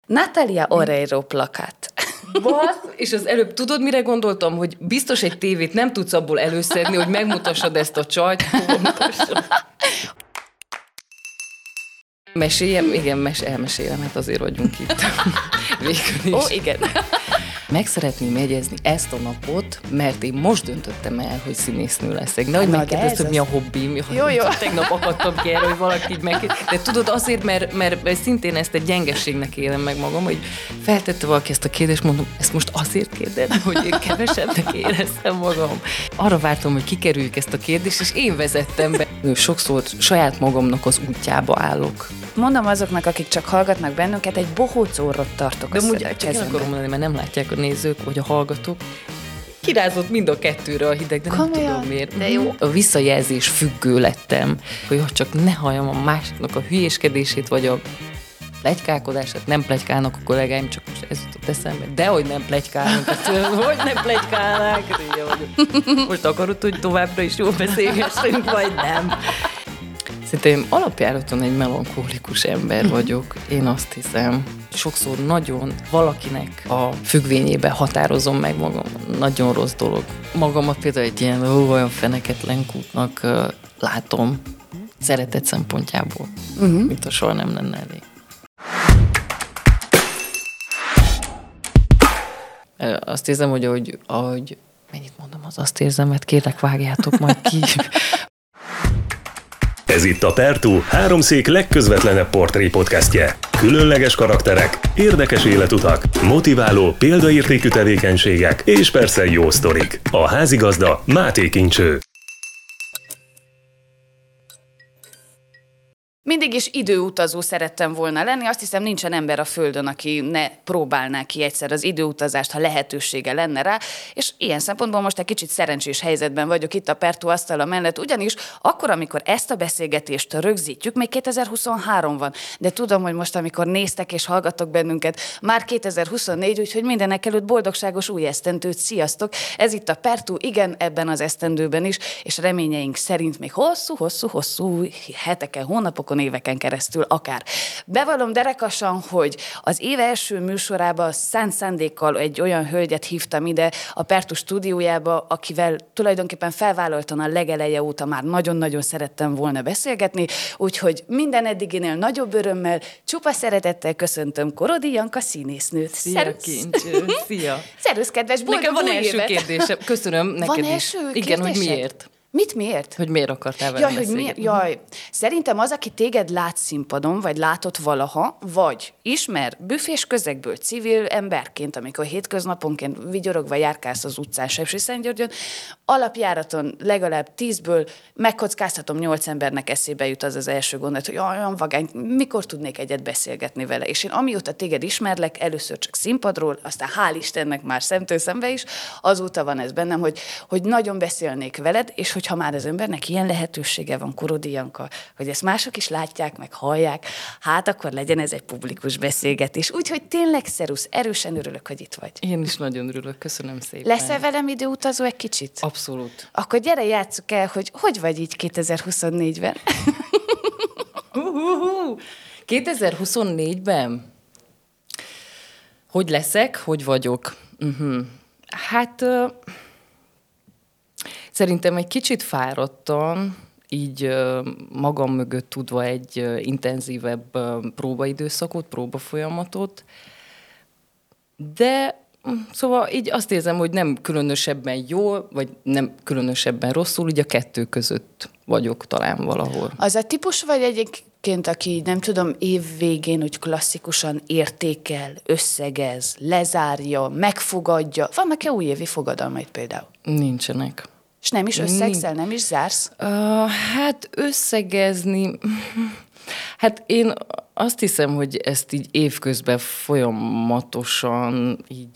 Natalia Oreiro plakát. És az előbb tudod, mire gondoltam? Hogy biztos egy tévét nem tudsz abból előszedni, hogy megmutassad ezt a csajt. Meséljem? Igen, elmesélem, hát azért vagyunk itt. Végül is. Ó, igen. Meg szeretném jegyezni ezt a napot, mert én most döntöttem el, hogy színésznő leszek. Nehogy megkérdezd, hogy mi a hobbim. Jó. Tegnap akadtam ki erre, hogy valaki így megkérdez. De tudod, azért, mert szintén ezt egy gyengeségnek élem meg magam, hogy feltette valaki ezt a kérdést, mondom, ezt most azért kérdezem, hogy én kevesebbnek éreztem magam. Arra vártam, hogy kikerüljük ezt a kérdést, és én vezettem be. Sokszor saját magamnak az útjába állok. Mondom azoknak, akik csak hallgatnak bennünket, egy bohóc orrot tartok a kezemben. Akarom mondani, mert nem látják a nézők, vagy a hallgatók. Kirázott mind a kettőre a hideg, de komolyan? Nem tudom miért. De jó. A visszajelzés függő lettem, hogy csak ne halljam a másiknak a hülyéskedését, vagy a pletykálkodását. Nem pletykálnak a kollégáim, csak most ez jutott eszembe. Dehogy nem pletykálnak, hogy nem pletykálnak. Most akarod, hogy továbbra is jól beszélgessünk, vagy nem? Szerintem alapjáraton egy melankólikus ember vagyok, én azt hiszem. Sokszor nagyon valakinek a függvényébe határozom meg magam. Nagyon rossz dolog. Magamat például egy ilyen olyan feneketlen kútnak látom, szeretet szempontjából, mint a soha nem lenne elég. Azt érzem, hogy ahogy mennyit mondom, azt érzem, mert kérlek vágjátok majd ki. Ez itt a Pertú háromszék legközvetlenebb portré podcastje. Különleges karakterek, érdekes életutak, motiváló, példaértékű tevékenységek és persze jó sztorik. A házigazda Máté Kincső. Mindig is időutazó szerettem volna lenni, azt hiszem nincsen ember a Földön, aki ne próbálná ki egyszer az időutazást, ha lehetősége lenne rá, és ilyen szempontból most egy kicsit szerencsés helyzetben vagyok itt a Pertú asztala mellett, ugyanis akkor, amikor ezt a beszélgetést rögzítjük, még 2023 van, de tudom, hogy most, amikor néztek és hallgatok bennünket, már 2024, úgyhogy mindenek előtt boldogságos új esztendőt, sziasztok! Ez itt a Pertú, igen, ebben az esztendőben is, és reményeink szerint még hosszú heteken, hónapokon, éveken keresztül akár. Bevallom derekasan, hogy az év első műsorában szánt szándékkal egy olyan hölgyet hívtam ide a Pertú stúdiójába, akivel tulajdonképpen felvállaltan a legeleje óta már nagyon-nagyon szerettem volna beszélgetni, úgyhogy minden eddiginél nagyobb örömmel, csupa szeretettel köszöntöm Korody Janka színésznőt. Szia, Kincső! Szia! Szervusz, kedves, boldog nekem van új első évet. Kérdésem. Köszönöm neked van is. első Igen, hogy kérdésed? miért? Miért? Hogy miért akartál velem beszélgetni? Szerintem az, aki téged lát színpadon, vagy látott valaha, vagy ismer büfés közegből civil emberként, amikor hétköznaponként vigyorogva járkálsz az utcán Sepsiszentgyörgyön, alapjáraton legalább 10-ből megkockáztatom 8 embernek eszébe jut az első gondolat, hogy olyan vagány, mikor tudnék egyet beszélgetni vele. És én amióta téged ismerlek, először csak színpadról, aztán hál' Istennek már szemtől szembe is, azóta van ez bennem, hogy nagyon beszélnék veled, és hogyha már az embernek ilyen lehetősége van, Korody Janka, hogy ezt mások is látják, meg hallják, hát akkor legyen ez egy publikus beszélgetés. Úgyhogy tényleg szerusz, erősen örülök, hogy itt vagy. Én is nagyon örülök, köszönöm szépen. Lesz-e velem időutazó egy kicsit? Abszolút. Akkor gyere, játsszuk el, hogy vagy így 2024-ben? 2024-ben? Hogy leszek, hogy vagyok? Hát... Szerintem egy kicsit fáradtam, így magam mögött tudva egy intenzívebb próbaidőszakot, próbafolyamatot, de szóval így azt érzem, hogy nem különösebben jól, vagy nem különösebben rosszul, így a kettő között vagyok talán valahol. Az a típus vagy egyébként, aki nem tudom, év végén úgy klasszikusan értékel, összegez, lezárja, megfogadja. Vannak-e újévi fogadalmaid például? Nincsenek. És nem is összegzel, nem is zársz? Hát összegezni... Hát én azt hiszem, hogy ezt így évközben folyamatosan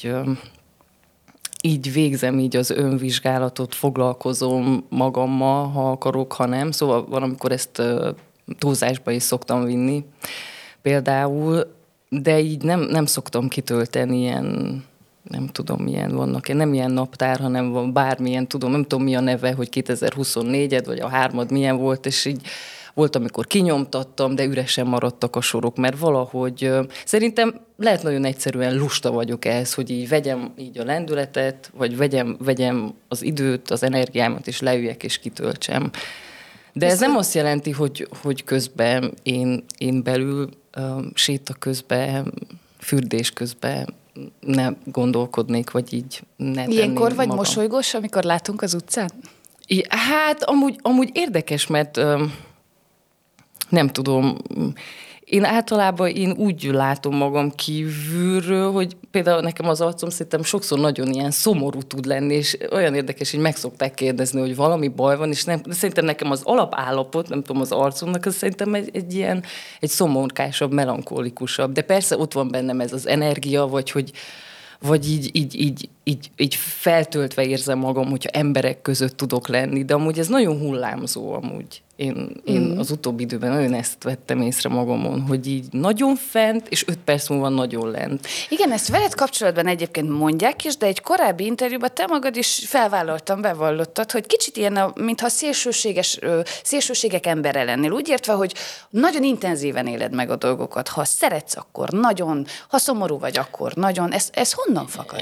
így végzem így az önvizsgálatot, foglalkozom magammal, ha akarok, ha nem. Szóval van, amikor ezt túlzásba is szoktam vinni például, de így nem szoktam kitölteni ilyen... Nem tudom, milyen vannak. Nem ilyen naptár, hanem van bármilyen, nem tudom mi a neve, hogy 2024-ed, vagy a 3-ad milyen volt, és így volt, amikor kinyomtattam, de üresen maradtak a sorok, mert valahogy szerintem lehet nagyon egyszerűen lusta vagyok ehhez, hogy így vegyem így a lendületet, vagy vegyem az időt, az energiámat, és leüljek, és kitöltsem. De ez nem azt jelenti, hogy közben én belül séta közben, fürdés közben ne gondolkodnék, vagy így ne Ilyenkor vagy magam. mosolygós, amikor látunk az utcán? Hát amúgy érdekes, mert nem tudom, én általában úgy látom magam kívülről, hogy például nekem az arcom szerintem sokszor nagyon ilyen szomorú tud lenni, és olyan érdekes, hogy meg szokták kérdezni, hogy valami baj van, és szerintem nekem az alapállapot, nem tudom, az arcomnak, az szerintem egy szomorkásabb, melankolikusabb. De persze ott van bennem ez az energia, vagy így feltöltve érzem magam, hogyha emberek között tudok lenni, de amúgy ez nagyon hullámzó amúgy. Én az utóbbi időben nagyon ezt vettem észre magamon, hogy így nagyon fent, és 5 perc múlva nagyon lent. Igen, ezt veled kapcsolatban egyébként mondják is, de egy korábbi interjúban te magad is bevallottad, hogy kicsit ilyen, mintha szélsőségek embere lennél. Úgy értve, hogy nagyon intenzíven éled meg a dolgokat. Ha szeretsz, akkor nagyon, ha szomorú vagy, akkor nagyon. Ez honnan fakad?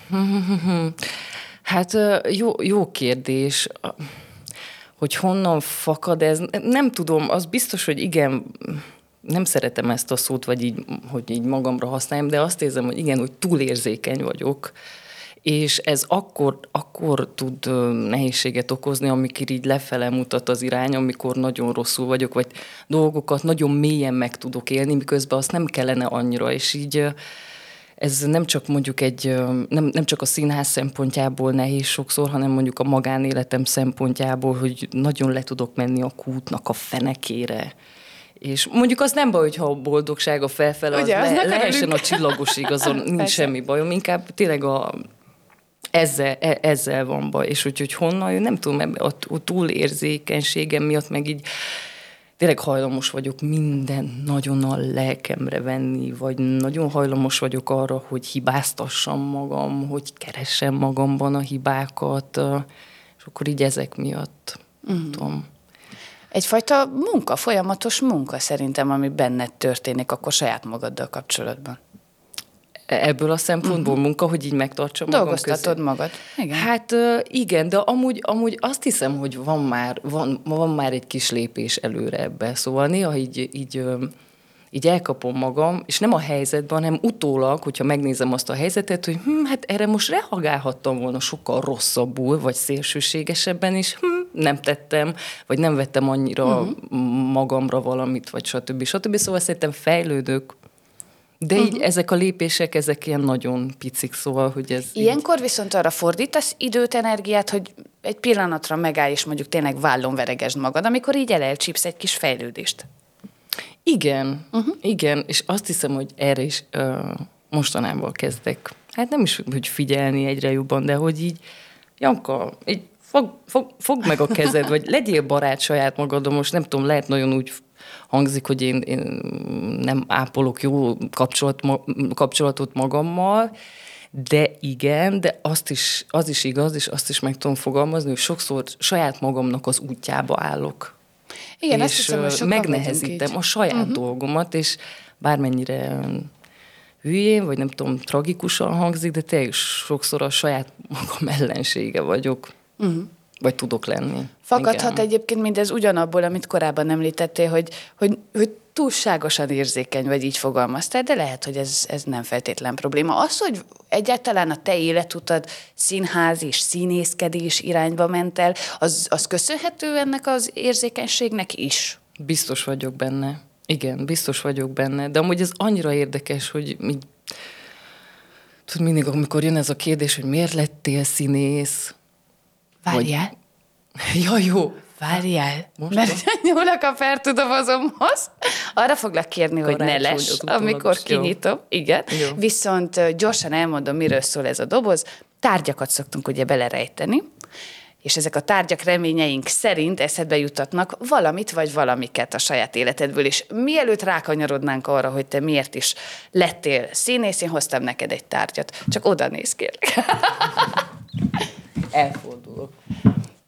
Hát jó kérdés. Hogy honnan fakad ez, nem tudom, az biztos, hogy igen, nem szeretem ezt a szót, vagy így, hogy így magamra használjam, de azt érzem, hogy igen, hogy túlérzékeny vagyok, és ez akkor tud nehézséget okozni, amikor így lefele mutat az irány, amikor nagyon rosszul vagyok, vagy dolgokat nagyon mélyen meg tudok élni, miközben azt nem kellene annyira, és így ez nem csak mondjuk nem csak a színház szempontjából nehéz sokszor, hanem mondjuk a magánéletem szempontjából, hogy nagyon le tudok menni a kútnak a fenekére. És mondjuk az nem baj, hogyha a boldogsága felfele, az lehessen a csillagosig, azon nincs semmi bajom, inkább tényleg ezzel van baj. És hogy honnan jön, nem tudom, a túlérzékenységem miatt meg így tényleg hajlamos vagyok minden nagyon a lelkemre venni, vagy nagyon hajlamos vagyok arra, hogy hibáztassam magam, hogy keressem magamban a hibákat, és akkor így ezek miatt tudom. Egyfajta munka, folyamatos munka szerintem, ami benned történik akkor saját magaddal kapcsolatban. Ebből a szempontból munka, hogy így megtartsam magam közé. Dolgoztatod magad. Igen. Hát igen, de amúgy azt hiszem, hogy van már egy kis lépés előre ebbe. Szóval néha így elkapom magam, és nem a helyzetben, hanem utólag, hogyha megnézem azt a helyzetet, hogy hát erre most reagálhattam volna sokkal rosszabbul, vagy szélsőségesebben is, nem tettem, vagy nem vettem annyira magamra valamit, vagy stb. Szóval szerintem fejlődök. De így ezek a lépések, ezek ilyen nagyon picik, szóval, hogy ez... Ilyenkor viszont arra fordítasz időt, energiát, hogy egy pillanatra megállj, és mondjuk tényleg vállon veregesd magad, amikor így elcsípsz egy kis fejlődést. Igen, és azt hiszem, hogy erre is mostanában kezdek. Hát nem is, hogy figyelni egyre jobban, de hogy így, Janka, így fogd meg a kezed, vagy legyél barát saját magadon, most nem tudom, lehet nagyon úgy hangzik, hogy én nem ápolok jó kapcsolatot magammal, de igen, de az is igaz, és azt is meg tudom fogalmazni, hogy sokszor saját magamnak az útjába állok. Igen, és azt hiszem, hogy sokan megnehezítem a saját dolgomat, és bármennyire hülyén, vagy nem tudom, tragikusan hangzik, de tényleg sokszor a saját magam ellensége vagyok. Vagy tudok lenni. Fakadhat igen. Egyébként mindez ugyanabból, amit korábban említettél, hogy túlságosan érzékeny, vagy így fogalmaztál, de lehet, hogy ez nem feltétlen probléma. Az, hogy egyáltalán a te életutad színház és színészkedés irányba ment el, az köszönhető ennek az érzékenységnek is? Biztos vagyok benne. Igen, biztos vagyok benne. De amúgy ez annyira érdekes, hogy mindig, amikor jön ez a kérdés, hogy miért lettél színész? Várjál. Ja, jó. Várjál. Mert nyúlok a fertudobozomhoz. Arra foglak kérni, hogy ne lesz, amikor kinyitom. Jó. Igen. Jó. Viszont gyorsan elmondom, miről szól ez a doboz. Tárgyakat szoktunk ugye belerejteni, és ezek a tárgyak reményeink szerint eszedbe jutatnak valamit vagy valamiket a saját életedből, és mielőtt rákanyarodnánk arra, hogy te miért is lettél színész, én hoztam neked egy tárgyat. Csak oda néz, kérlek. Elfordulok.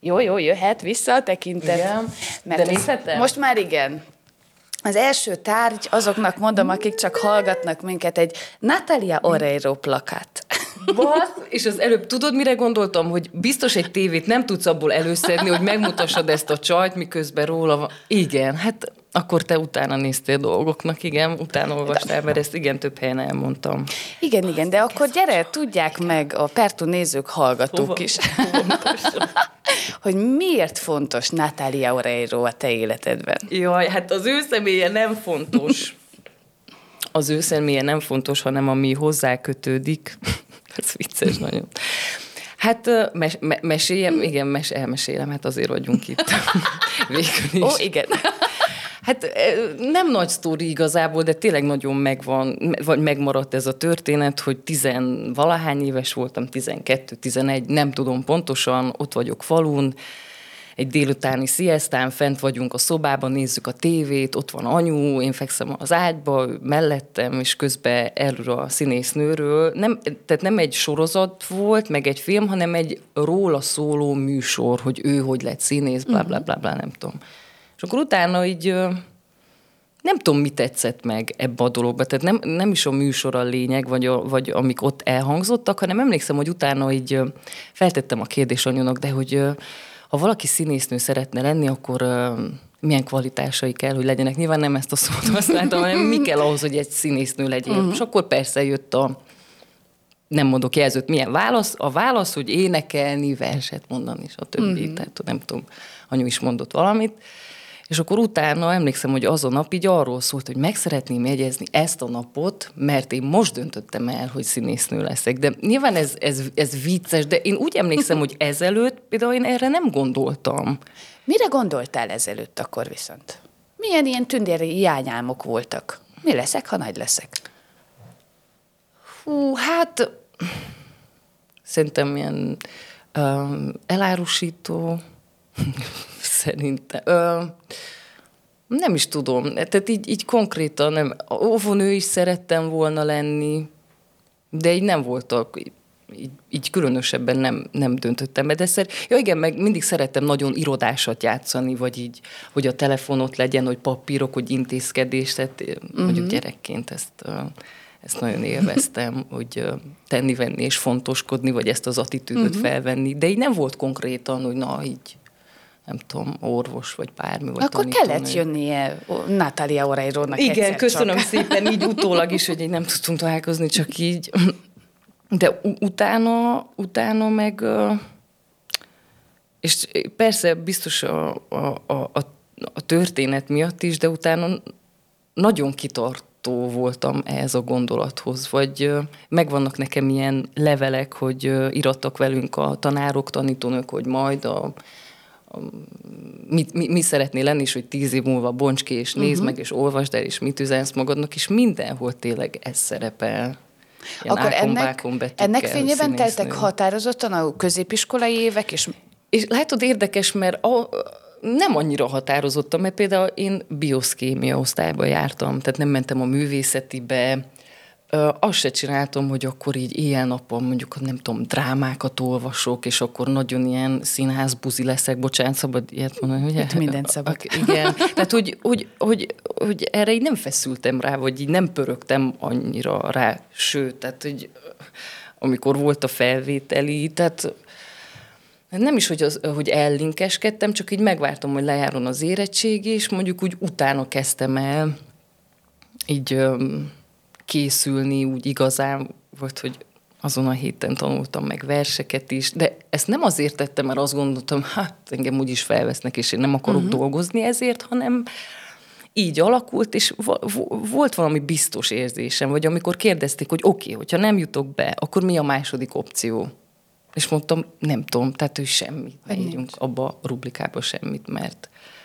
Jó, jöhet vissza a tekintet. Igen. Mert De nézhetem? most már igen. Az első tárgy, azoknak mondom, akik csak hallgatnak minket, egy Natalia Oreiro plakát. És az előbb tudod, mire gondoltam? Hogy biztos egy tévét nem tudsz abból előszedni, hogy megmutassad ezt a csajt, miközben róla van. Igen, hát akkor te utána néztél dolgoknak, igen, utána olvastál, mert ezt igen több helyen elmondtam. Igen, de akkor gyere, tudják meg a Pertú nézők, hallgatók is, hogy miért fontos Natalia Oreiro a te életedben. Jaj, hát az ő személye nem fontos. Az ő személye nem fontos, hanem ami hozzá kötődik. Ez vicces nagyon. Hát meséljem, igen, elmesélem, hát azért vagyunk itt. Végül is. Ó, igen. Hát nem nagy sztori igazából, de tényleg nagyon megvan, vagy megmaradt ez a történet, hogy 10-valahány éves voltam, 12-11, nem tudom pontosan, ott vagyok falun, egy délutáni sziasztán, fent vagyunk a szobában, nézzük a tévét, ott van anyu, én fekszem az ágyba, ő mellettem, és közben erről a színésznőről, tehát nem egy sorozat volt, meg egy film, hanem egy róla szóló műsor, hogy ő hogy lett színész, bla, nem tudom. És akkor utána így nem tudom, mi tetszett meg ebbe a dologba. Tehát nem is a műsor a lényeg, vagy amik ott elhangzottak, hanem emlékszem, hogy utána így feltettem a kérdést anyunak, de hogy ha valaki színésznő szeretne lenni, akkor milyen kvalitásai kell, hogy legyenek. Nyilván nem ezt a szót használtam, hanem mi kell ahhoz, hogy egy színésznő legyen. És akkor persze jött nem mondok jelzőt, milyen válasz. A válasz, hogy énekelni, verset mondani, és a többi. Tehát nem tudom, anyu is mondott valamit. És akkor utána emlékszem, hogy az a nap így arról szólt, hogy meg szeretném jegyezni ezt a napot, mert én most döntöttem el, hogy színésznő leszek. De nyilván ez vicces, de én úgy emlékszem, hogy ezelőtt például én erre nem gondoltam. Mire gondoltál ezelőtt akkor viszont? Milyen ilyen tündéri hiányálmok voltak? Mi leszek, ha nagy leszek? Hú, hát szerintem ilyen elárusító, szerintem. Nem is tudom. Tehát így konkrétan nem. Óvónő is szerettem volna lenni, de így nem voltak, így különösebben nem döntöttem be. De igen, meg mindig szerettem nagyon irodásat játszani, vagy így, hogy a telefonot legyen, hogy papírok, hogy intézkedés, tehát mondjuk gyerekként ezt nagyon élveztem, hogy tenni-venni és fontoskodni, vagy ezt az attitűdöt felvenni, de így nem volt konkrétan, hogy na, így nem tudom, orvos vagy bármi. Vagy akkor kellett jönnie Natalia Oreirónak egyszer. Igen, köszönöm szépen, így utólag is, hogy így nem tudtunk találkozni, csak így. De utána meg, és persze biztos a történet miatt is, de utána nagyon kitartó voltam ehhez a gondolathoz, vagy megvannak nekem ilyen levelek, hogy irattak velünk a tanárok, tanítónők, hogy majd mi szeretnél lenni, és hogy 10 év múlva bonts ki, és nézd meg, és olvasd el, és mit üzensz magadnak, és mindenhol tényleg ez szerepel. Ilyen akkor ennek fényében színésznő. teltek határozottan a középiskolai évek, és látod, érdekes, mert nem annyira határozottam, mert például én bioszkémia osztályba jártam, tehát nem mentem a művészetibe, azt se csináltam, hogy akkor így éjjel-nappal mondjuk, nem tudom, drámákat olvasok, és akkor nagyon ilyen színházbuzi leszek, bocsánat, szabad ilyet mondani, ugye? Itt minden szabad. Igen, tehát hogy erre így nem feszültem rá, vagy így nem pörögtem annyira rá, sőt, tehát hogy amikor volt a felvételi, tehát nem is, hogy ellinkeskedtem, csak így megvártam, hogy lejárjon az érettségi, és mondjuk úgy utána kezdtem el így készülni, úgy igazán volt, hogy azon a héten tanultam meg verseket is, de ezt nem azért tettem, mert azt gondoltam, hát engem úgyis felvesznek, és én nem akarok dolgozni ezért, hanem így alakult, és volt valami biztos érzésem, vagy amikor kérdezték, hogy oké, hogyha nem jutok be, akkor mi a második opció? És mondtam, nem tudom, tehát hogy semmit, ne írjunk abba a rubrikába semmit, mert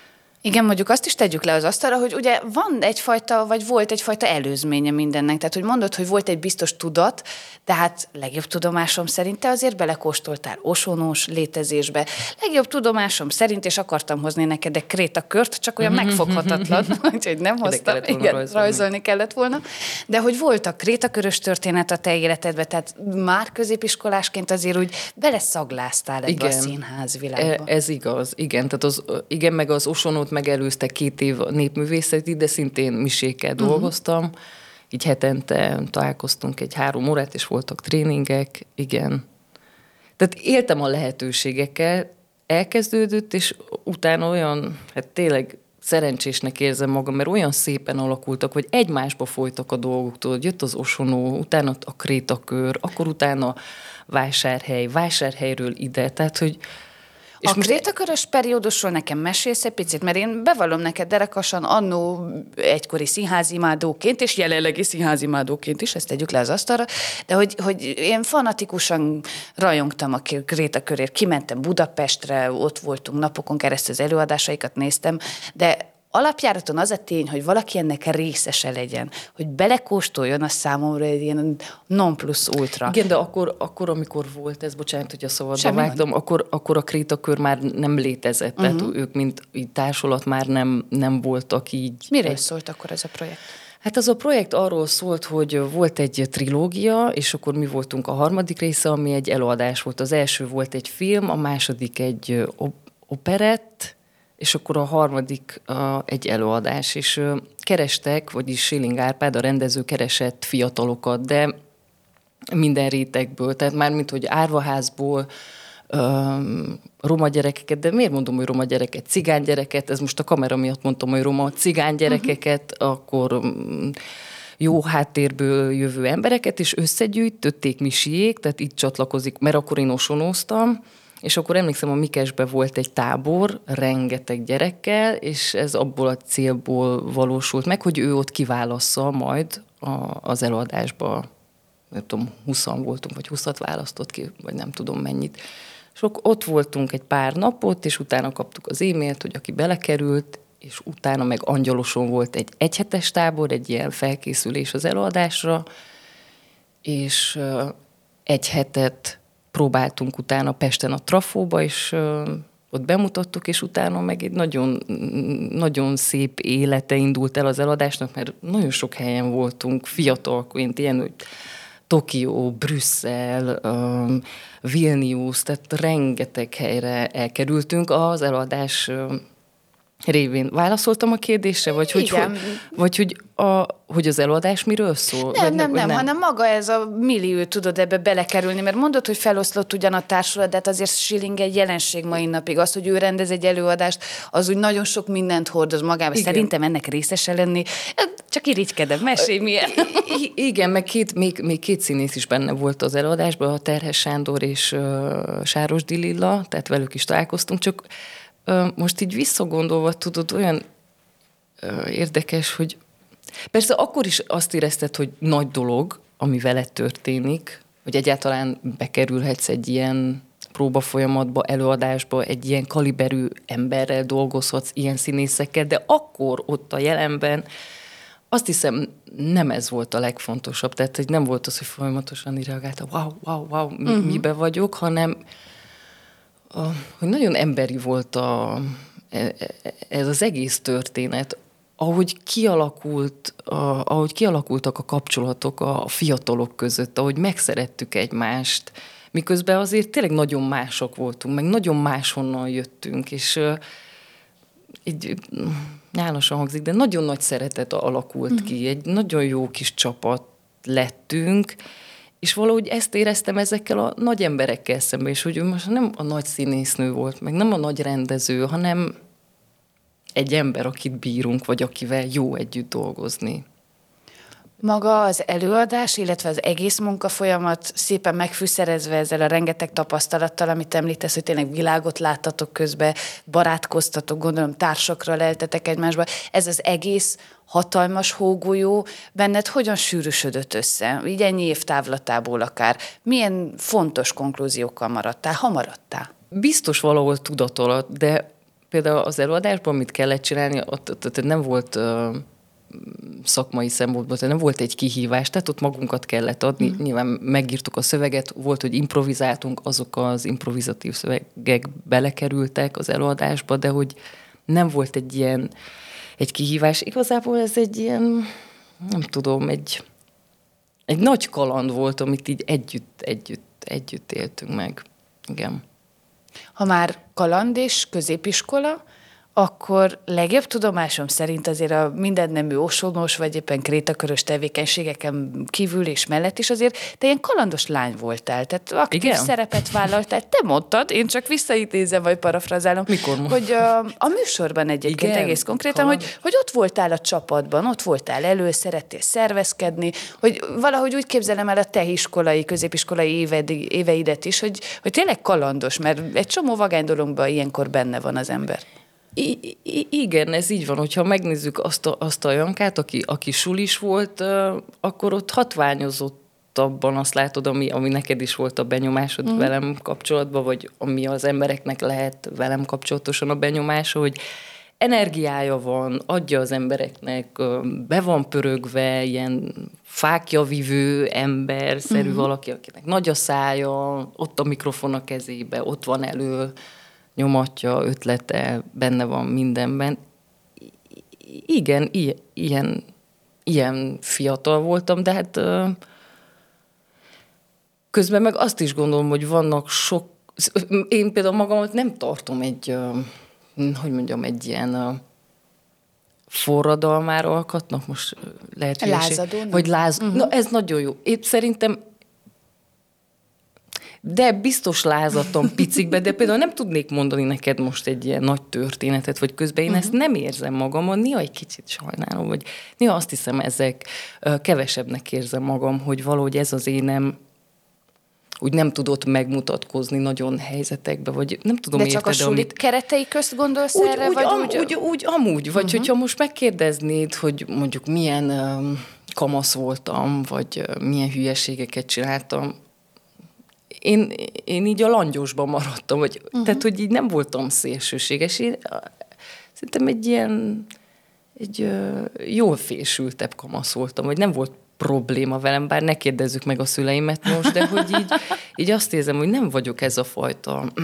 Igen, mondjuk azt is tegyük le az asztalra, hogy ugye van egyfajta, vagy volt egyfajta előzménye mindennek. Tehát, hogy mondod, hogy volt egy biztos tudat, de hát legjobb tudomásom szerint te azért belekóstoltál osonós létezésbe. Legjobb tudomásom szerint, és akartam hozni neked egy krétakört, csak olyan megfoghatatlan, úgyhogy nem hoztam. Igen, rajzolni kellett volna. De hogy volt a krétakörös történet a te életedben, tehát már középiskolásként azért úgy beleszagláztál ebbe a színházvilágba. Ez igaz, igen. Tehát igen, meg az osonót megelőzte 2 év népművészeti, de szintén misékkel dolgoztam. Így hetente találkoztunk egy 3 órát, és voltak tréningek, igen. Tehát éltem a lehetőségekkel, elkezdődött, és utána olyan, hát tényleg szerencsésnek érzem magam, mert olyan szépen alakultak, hogy egymásba folytak a dolgok, tudod, jött az osonó, utána a krétakör, akkor utána Vásárhelyről ide, tehát, hogy és a krétakörös periódusról nekem mesélsz egy picit, mert én bevallom neked derekasan annó egykori színházimádóként, és jelenlegi színházimádóként is, ezt tegyük le az asztalra, de hogy én fanatikusan rajongtam a krétakörért, kimentem Budapestre, ott voltunk napokon keresztül, az előadásaikat néztem, de alapjáraton az a tény, hogy valaki ennek részese legyen, hogy belekóstoljon, az számomra egy ilyen non plus ultra. Igen, de akkor amikor volt ez, bocsánat, hogy a szabadba vágtam, akkor a krétakör már nem létezett, tehát ők mint így társulat már nem voltak így. Mire is szólt akkor ez a projekt? Hát az a projekt arról szólt, hogy volt egy trilógia, és akkor mi voltunk a harmadik része, ami egy előadás volt. Az első volt egy film, a második egy operett, és akkor a harmadik egy előadás, és kerestek, vagyis Schilling Árpád, a rendező keresett fiatalokat, de minden rétegből, tehát mármint, hogy árvaházból, roma gyerekeket, de miért mondom, hogy roma gyereket? Cigány gyereket, ez most a kamera miatt mondtam, hogy roma, cigány gyerekeket, akkor jó háttérből jövő embereket, és összegyűjtötték Misiék, tehát itt csatlakozik, mert akkor én osonóztam, és akkor emlékszem, a Mikesben volt egy tábor, rengeteg gyerekkel, és ez abból a célból valósult meg, hogy ő ott kiválassza majd az előadásba, nem tudom, 20-an voltunk, vagy 20-at választott ki, vagy nem tudom mennyit. És ott voltunk egy pár napot, és utána kaptuk az e-mailt, hogy aki belekerült, és utána meg Angyaloson volt egy egyhetes tábor, egy ilyen felkészülés az előadásra, és egy hetet próbáltunk utána Pesten a Trafóba, és ott bemutattuk, és utána meg egy nagyon, nagyon szép élete indult el az eladásnak, mert nagyon sok helyen voltunk, fiatalként, ilyen, hogy Tokió, Brüsszel, Vilnius, tehát rengeteg helyre elkerültünk az eladás révén. Válaszoltam a kérdésre, vagy hogy az előadás miről szól? Nem, hanem maga ez a millió, tudod ebbe belekerülni, mert mondod, hogy feloszlott ugyan a társulat, de hát azért Schilling egy jelenség mai napig. Az, hogy ő rendez egy előadást, az úgy nagyon sok mindent hordoz magába. Igen. Szerintem ennek részese lenni, csak irigykedem, mesélj milyen. Igen, meg még 2 színész is benne volt az előadásban, a Terhes Sándor és Sárosdi Lilla, tehát velük is találkoztunk, csak most így visszagondolva, tudod, olyan érdekes, hogy persze akkor is azt érezted, hogy nagy dolog, ami veled történik, hogy egyáltalán bekerülhetsz egy ilyen próbafolyamatba, előadásba, egy ilyen kaliberű emberrel dolgozhatsz, ilyen színészekkel, de akkor ott a jelenben azt hiszem, nem ez volt a legfontosabb. Tehát, hogy nem volt az, hogy folyamatosan így reagáltam, wow, mibe vagyok, hanem hogy nagyon emberi volt ez az egész történet, ahogy kialakultak a kapcsolatok a fiatalok között, ahogy megszerettük egymást, miközben azért tényleg nagyon mások voltunk, meg nagyon máshonnan jöttünk, és így nyálasan hangzik, de nagyon nagy szeretet alakult ki, egy nagyon jó kis csapat lettünk, és valahogy ezt éreztem ezekkel a nagy emberekkel szemben, és hogy ő most nem a nagy színésznő volt, meg nem a nagy rendező, hanem egy ember, akit bírunk, vagy akivel jó együtt dolgozni. Maga az előadás, illetve az egész munkafolyamat szépen megfűszerezve ezzel a rengeteg tapasztalattal, amit említesz, hogy tényleg világot láttatok közben, barátkoztatok, gondolom társakra leltetek egymásba. Ez az egész hatalmas hógolyó benned hogyan sűrűsödött össze? Így ennyi év távlatából akár. Milyen fontos konklúziókkal maradtál? Ha maradtál? Biztos valahol tudat alatt, de például az előadásban, amit kellett csinálni, ott nem volt szakmai szempontból, tehát nem volt egy kihívás, tehát ott magunkat kellett adni. Nyilván megírtuk a szöveget, volt, hogy improvizáltunk, azok az improvizatív szövegek belekerültek az előadásba, de hogy nem volt egy kihívás. Igazából ez egy ilyen, nem tudom, egy nagy kaland volt, amit így együtt éltünk meg. Igen. Ha már kaland és középiskola, akkor legjobb tudomásom szerint azért a mindennemű osonós, vagy éppen krétakörös tevékenységeken kívül és mellett is azért te ilyen kalandos lány voltál, tehát aktív szerepet vállaltál. Te mondtad, én csak visszaidézem, vagy parafrazálom, hogy a műsorban egyébként egész konkrétan, hogy ott voltál a csapatban, ott voltál elő, szerettél szervezkedni, hogy valahogy úgy képzelem el a te iskolai, középiskolai éveidet is, hogy tényleg kalandos, mert egy csomó vagány dologban ilyenkor benne van az ember. Igen, ez így van, hogyha megnézzük azt a Jankát, aki sulis volt, akkor ott hatványozottabban azt látod, ami neked is volt a benyomásod velem kapcsolatban, vagy ami az embereknek lehet velem kapcsolatosan a benyomása, hogy energiája van, adja az embereknek, be van pörögve, ilyen fákjavivő emberszerű valaki, akinek nagy a szája, ott a mikrofon a kezébe, ott van elő, nyomatja, ötlete, benne van mindenben. Igen, ilyen fiatal voltam, de hát közben meg azt is gondolom, hogy vannak sok... Én például magamat nem tartom egy ilyen forradalmára alkatnak, most lehet lázadó, vagy Na, ez nagyon jó. Én szerintem de biztos lázadtam picikbe, de például nem tudnék mondani neked most egy ilyen nagy történetet, vagy közben én ezt nem érzem magamon, néha egy kicsit sajnálom, vagy néha azt hiszem, ezek kevesebbnek érzem magam, hogy valahogy ez az énem úgy nem tudott megmutatkozni nagyon helyzetekbe, vagy nem tudom érted. De csak a sulit keretei közt gondolsz erre? Úgy amúgy. Vagy hogyha most megkérdeznéd, hogy mondjuk milyen kamasz voltam, vagy milyen hülyeségeket csináltam, én így a langyosban maradtam, tehát, hogy így nem voltam szélsőséges. Én szerintem egy jól fésültebb kamasz voltam, vagy nem volt probléma velem, bár ne kérdezzük meg a szüleimet most, de hogy így azt érzem, hogy nem vagyok ez a fajta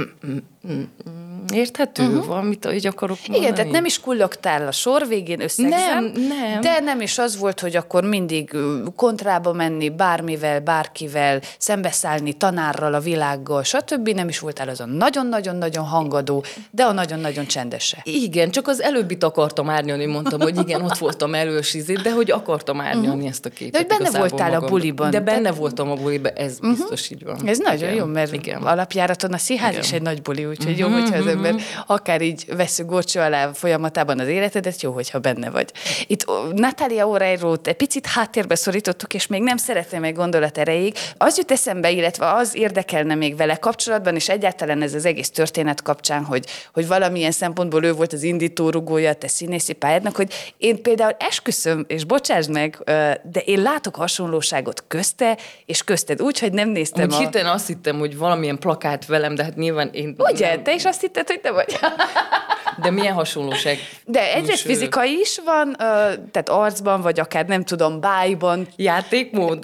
érthető, valamit így akarok mondani. Igen, tehát nem is kullogtál a sor végén, összegzem. Nem. De nem is az volt, hogy akkor mindig kontrába menni, bármivel, bárkivel, szembeszállni tanárral, a világgal, stb. Nem is voltál az a nagyon-nagyon-nagyon hangadó, de a nagyon-nagyon csendese. Igen, csak az előbbit akartam árnyalni, mondtam, hogy igen, ott voltam elősízét, de hogy akartam árnyalni ezt a képet. De hogy benne voltál magam. A buliban. De benne voltam a buliban, ez biztos így van. Ez nagyon jó, mert alapjáraton a színház is egy nagy buli, úgyhogy jó, hogyha az ember akár így veszük górcső alá folyamatában az életedet, jó, hogyha benne vagy. Itt Natalia Oreirót egy picit háttérbe szorítottuk, és még nem szeretném egy gondolat erejéig. Az jut eszembe, illetve az érdekelne még vele kapcsolatban, és egyáltalán ez az egész történet kapcsán, hogy valamilyen szempontból ő volt az indítórugója a te színészi pályádnak, hogy én például esküszöm, és bocsásd meg, de én látok hasonlóságot közted, úgy, hogy nem néztem hirtelen azt hittem, hogy valamilyen plakát velem, de hát nyilván én... Ugye? Te is azt hitted, hogy te vagy. De milyen hasonlóság? De egyrészt fizikai is van, tehát arcban, vagy akár nem tudom, bájban. Játékmód?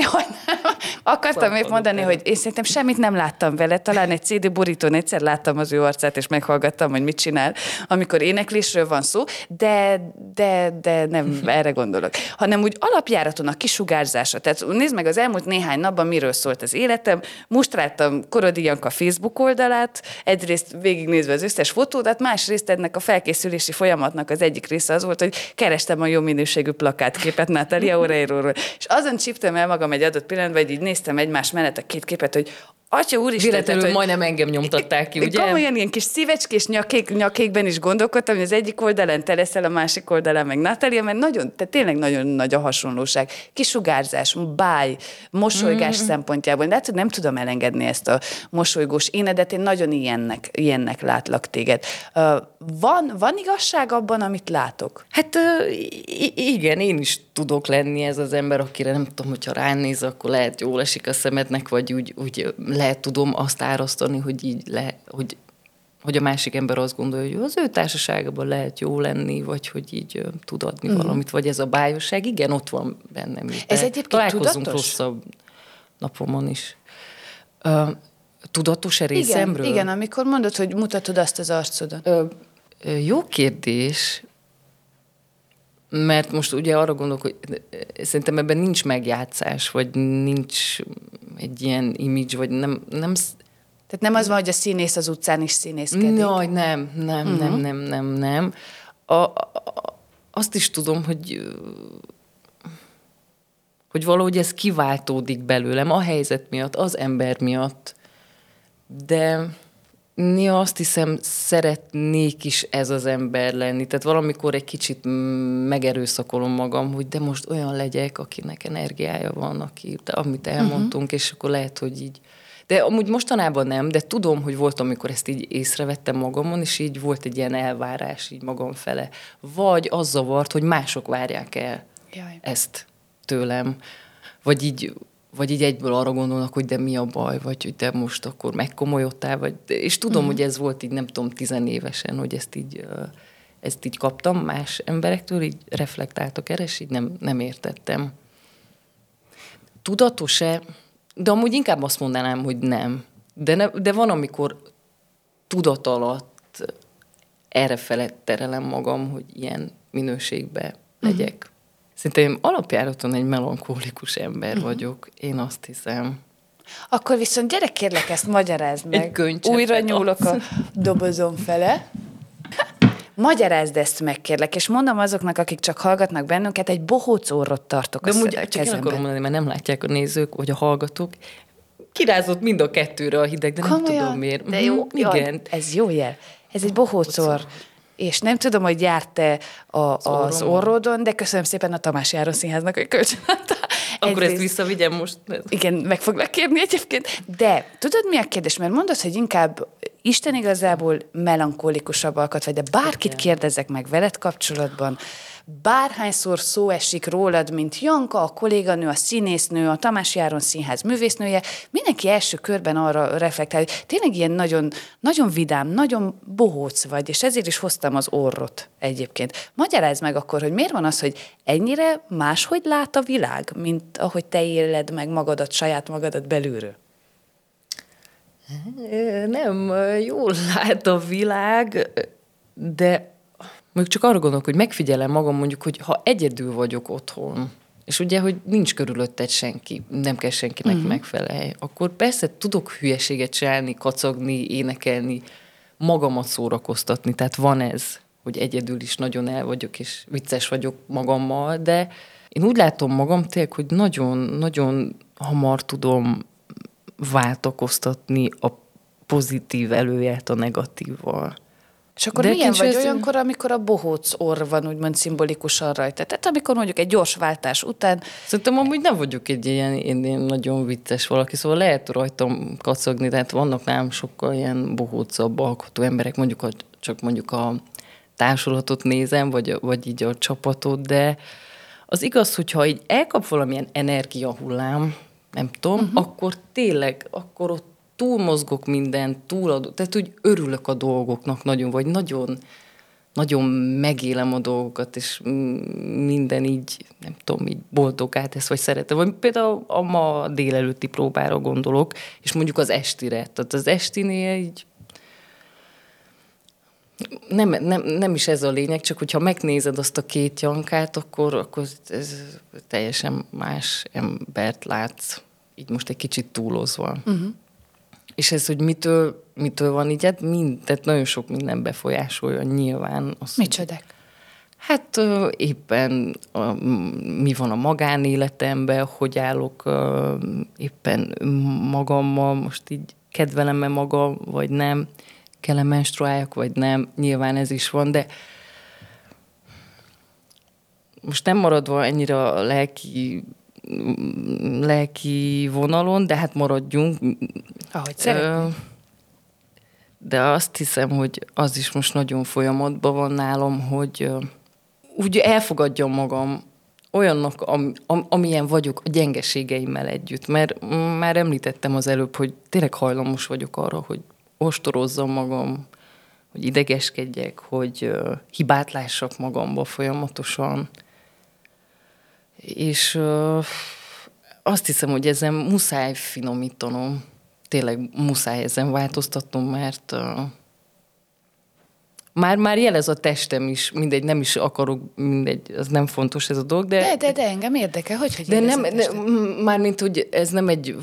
Akartam még mondani, hogy én szerintem semmit nem láttam vele, talán egy CD borítón egyszer láttam az ő arcát, és meghallgattam, hogy mit csinál, amikor éneklésről van szó, de nem erre gondolok. Hanem úgy alapjáraton a kisugárzása. Tehát nézd meg az elmúlt néhány napban, miről szólt az életem. Mustráltam Korodi Janka Facebook oldalát, egyrészt végignézve az összes fotódat, másrészt ennek a felkészülési folyamatnak az egyik része az volt, hogy kerestem a jó minőségű plakátképet Natalia Oreiróról. És azon csíptem el magam egy adott pillanatban, hogy így néztem egymás mellett a két képet, hogy Atya úristen, véletlenül majdnem engem nyomtatták ki, ugye? Komolyan ilyen kis szívecskés nyakékben is gondolkodtam, hogy az egyik oldalán te leszel, a másik oldalán meg Natalia, mert tehát tényleg nagyon nagy a hasonlóság. Kisugárzás, báj, mosolygás szempontjából. De hát nem tudom elengedni ezt a mosolygós énedet, én nagyon ilyennek látlak téged. Van igazság abban, amit látok? Hát igen, én is tudok lenni ez az ember, akire nem tudom, hogyha ránéz, akkor lehet jól esik a szemednek, vagy úgy lehet tudom azt árasztani, hogy így hogy hogy a másik ember azt gondolja, hogy az ő társaságában lehet jó lenni, vagy hogy így tud adni valamit, vagy ez a bájosság. Igen, ott van bennem is. Ez egyébként találkozunk tudatos? rosszabb napomon is. Tudatos-e részemről? Igen, amikor mondod, hogy mutatod azt az arcodat. Jó kérdés, mert most ugye arra gondolok, hogy szerintem ebben nincs megjátszás, vagy nincs egy ilyen image, vagy nem. Tehát nem az van, hogy a színész az utcán is színészkedik. Jaj, nem. Azt is tudom, hogy valahogy ez kiváltódik belőlem a helyzet miatt, az ember miatt, de néha azt hiszem, szeretnék is ez az ember lenni. Tehát valamikor egy kicsit megerőszakolom magam, hogy de most olyan legyek, akinek energiája van, amit elmondtunk, és akkor lehet, hogy így. De amúgy mostanában nem, de tudom, hogy volt, amikor ezt így észrevettem magamon, és így volt egy ilyen elvárás így magam fele. Vagy az zavart, hogy mások várják el ezt tőlem. Vagy így egyből arra gondolnak, hogy de mi a baj, vagy hogy de most akkor megkomolyodtál, és tudom, hogy ez volt így, nem tudom, 10 évesen, hogy ezt így kaptam más emberektől, így reflektáltak erre, és így nem értettem. Tudatos-e? De amúgy inkább azt mondanám, hogy nem. De van, amikor tudat alatt errefele terelem magam, hogy ilyen minőségben legyek. Szerintem én alapjáraton egy melankólikus ember vagyok. Én azt hiszem. Akkor viszont gyere, kérlek, ezt magyarázd meg. Újra nyúlok a dobozom fele. Magyarázd ezt meg, kérlek, és mondom azoknak, akik csak hallgatnak bennünket, egy bohóc orrot tartok de a kezemben. Csak én akarom mondani, mert nem látják a nézők, vagy a hallgatók. Kirázott mind a kettőre a hideg, de komolyan? Nem tudom miért. De jó, igen. Ez jó jel. Ez egy bohóc orr. És nem tudom, hogy járt-e az orrodon, de köszönöm szépen a Tamás Járon Színháznak, hogy kölcsönadta. Akkor ezt visszavigyem most. Igen, meg foglak kérni egyébként. De tudod, mi a kérdés? Mert mondod, hogy inkább Isten igazából melankólikusabb alkat vagy, de bárkit kérdezek meg veled kapcsolatban, bárhányszor szó esik rólad, mint Janka, a kolléganő, a színésznő, a Tamás Járon Színház művésznője, mindenki első körben arra reflektál, hogy tényleg ilyen nagyon, nagyon vidám, nagyon bohóc vagy, és ezért is hoztam az orrot egyébként. Magyarázd meg akkor, hogy miért van az, hogy ennyire máshogy lát a világ, mint ahogy te éled meg magadat, saját magadat belülről? Nem, jól lát a világ, de mondjuk csak arra gondolok, hogy megfigyelem magam, mondjuk, hogy ha egyedül vagyok otthon, és ugye, hogy nincs körülötted senki, nem kell senkinek megfelelni, akkor persze tudok hülyeséget csinálni, kacagni, énekelni, magamat szórakoztatni, tehát van ez, hogy egyedül is nagyon el vagyok, és vicces vagyok magammal, de én úgy látom magam tényleg, hogy nagyon-nagyon hamar tudom váltakoztatni a pozitív előjelt a negatívval. És akkor milyen vagy olyankor, amikor a bohóc orr van úgymond szimbolikusan rajta? Tehát amikor mondjuk egy gyors váltás után... Szerintem amúgy nem vagyok egy ilyen nagyon vicces valaki, szóval lehet rajtam kacagni, tehát vannak nálam sokkal ilyen bohócabb alkotó emberek, csak mondjuk a társulatot nézem, vagy így a csapatot, de az igaz, hogyha így elkap valamilyen energiahullám, nem tudom, akkor tényleg, akkor ott túlmozgok mindent, tehát úgy örülök a dolgoknak nagyon, vagy nagyon megélem a dolgokat, és minden így, nem tudom, így boldogá tesz, vagy szeretem. Vagy például a ma délelőtti próbára gondolok, és mondjuk az estire. Tehát az estinél így nem is ez a lényeg, csak hogyha megnézed azt a két Jankát, akkor ez teljesen más embert látsz, így most egy kicsit túlozva. És ez, hogy mitől van így, tehát nagyon sok minden befolyásolja nyilván. Micsodák? Hát éppen mi van a magánéletemben, hogy állok éppen magammal, most így kedvelem-e magam, vagy nem, kell-e menstruáljak, vagy nem, nyilván ez is van, de most nem maradva ennyire a lelki vonalon, de hát maradjunk. Ahogy szeretném. De azt hiszem, hogy az is most nagyon folyamatban van nálam, hogy úgy elfogadjam magam olyannak, amilyen vagyok a gyengeségeimmel együtt. Mert már említettem az előbb, hogy tényleg hajlamos vagyok arra, hogy ostorozzam magam, idegeskedjek, hogy hibát lássak magamba folyamatosan. És azt hiszem, hogy ezen muszáj finomítanom. Tényleg muszáj ezen változtatnom, mert már jelez a testem is, mindegy, nem is akarok, mindegy, az nem fontos ez a dolog, de... De engem érdekel, hogy de nem, mármint, hogy ez nem egy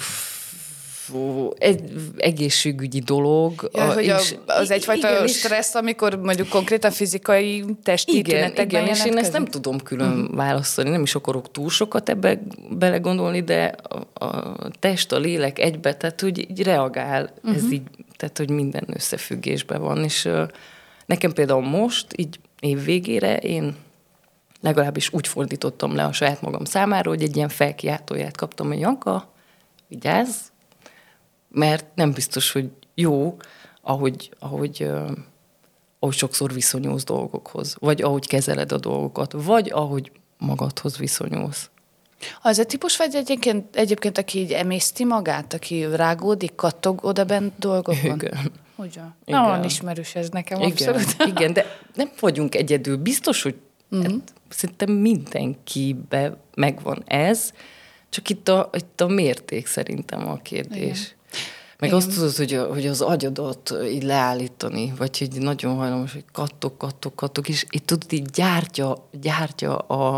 egészségügyi dolog. Ja, hogy az egyfajta igen, stressz, amikor mondjuk konkrétan fizikai testi tünetekben jelentkezik? És én ezt nem tudom külön válaszolni, nem is akarok túl sokat ebbe belegondolni, de a test, a lélek egybe, tehát hogy így reagál, ez így, tehát hogy minden összefüggésben van, és nekem például most, így év végére én legalábbis úgy fordítottam le a saját magam számára, hogy egy ilyen felkiáltóját kaptam, hogy Janka, vigyázz, mert nem biztos, hogy jó, ahogy sokszor viszonyulsz dolgokhoz, vagy ahogy kezeled a dolgokat, vagy ahogy magadhoz viszonyulsz. Az a típus vagy egyébként aki így emészti magát, aki rágódik, kattog oda bent dolgokon? Igen. Ugyan? Nagyon ismerős ez nekem, igen, abszolút. Igen, de nem vagyunk egyedül. Biztos, hogy szerintem mindenkiben megvan ez, csak itt a mérték szerintem a kérdés. Igen. Meg igen. Azt tudod, hogy az agyadat így leállítani, vagy hogy nagyon hajlamos, hogy kattog, és itt tudod, így gyártja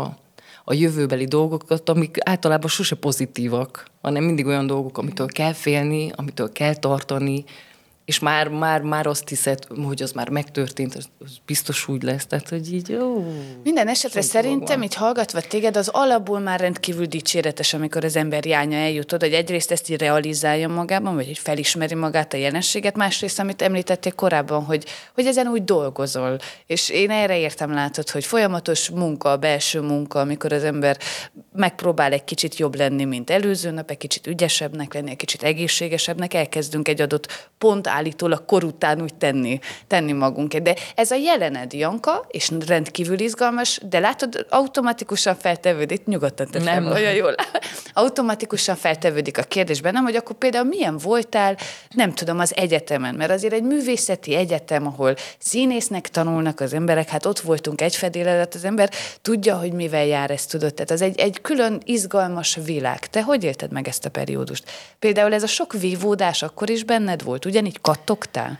a jövőbeli dolgokat, amik általában sose pozitívak, hanem mindig olyan dolgok, amitől kell félni, amitől kell tartani, és már azt hiszed, hogy az már megtörtént, az biztos úgy lesz, tehát, hogy így minden esetre szerintem, így hallgatva téged, az alapból már rendkívül dicséretes, amikor az ember jánya eljutod, hogy egyrészt ezt így realizálja magában, vagy hogy felismeri magát a jelenséget, másrészt, amit említettél korábban, hogy ezen úgy dolgozol. És én erre értem, látod, hogy folyamatos munka, belső munka, amikor az ember megpróbál egy kicsit jobb lenni, mint előző nap, egy kicsit ügyesebbnek lenni, egy kicsit egészségesebbnek, elkezdünk egy adott pont állítólag kor után úgy tenni magunkért. De ez a jelened, Janka, és rendkívül izgalmas, de látod, automatikusan feltevődik, nyugodtan tedd fel, olyan jól. Automatikusan feltevődik a kérdés bennem, hogy akkor például milyen voltál, nem tudom, az egyetemen, mert azért egy művészeti egyetem, ahol színésznek tanulnak az emberek, hát ott voltunk egy fedél alatt, az ember tudja, hogy mivel jár, ezt tudod. Tehát az egy külön izgalmas világ. Te hogy élted meg ezt a periódust? Például ez a sok vívódás akkor is benned volt, ugyanígy kattogtál?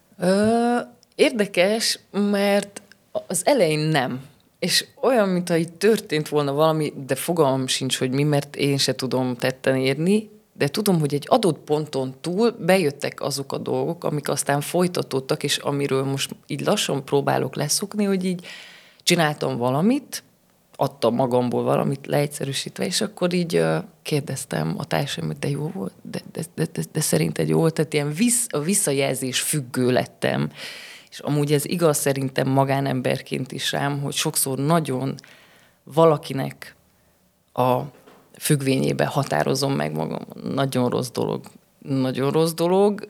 Érdekes, mert az elején nem. És olyan, mintha itt történt volna valami, de fogalmam sincs, hogy mi, mert én se tudom tetten érni, de tudom, hogy egy adott ponton túl bejöttek azok a dolgok, amik aztán folytatódtak, és amiről most így lassan próbálok leszokni, hogy így csináltam valamit, adtam magamból valamit leegyszerűsítve, és akkor így kérdeztem a társadalmat, de jó volt, de szerinted jó volt, tehát ilyen a visszajelzés függő lettem. És amúgy ez igaz szerintem magánemberként is rám, hogy sokszor nagyon valakinek a függvényébe határozom meg magam. Nagyon rossz dolog,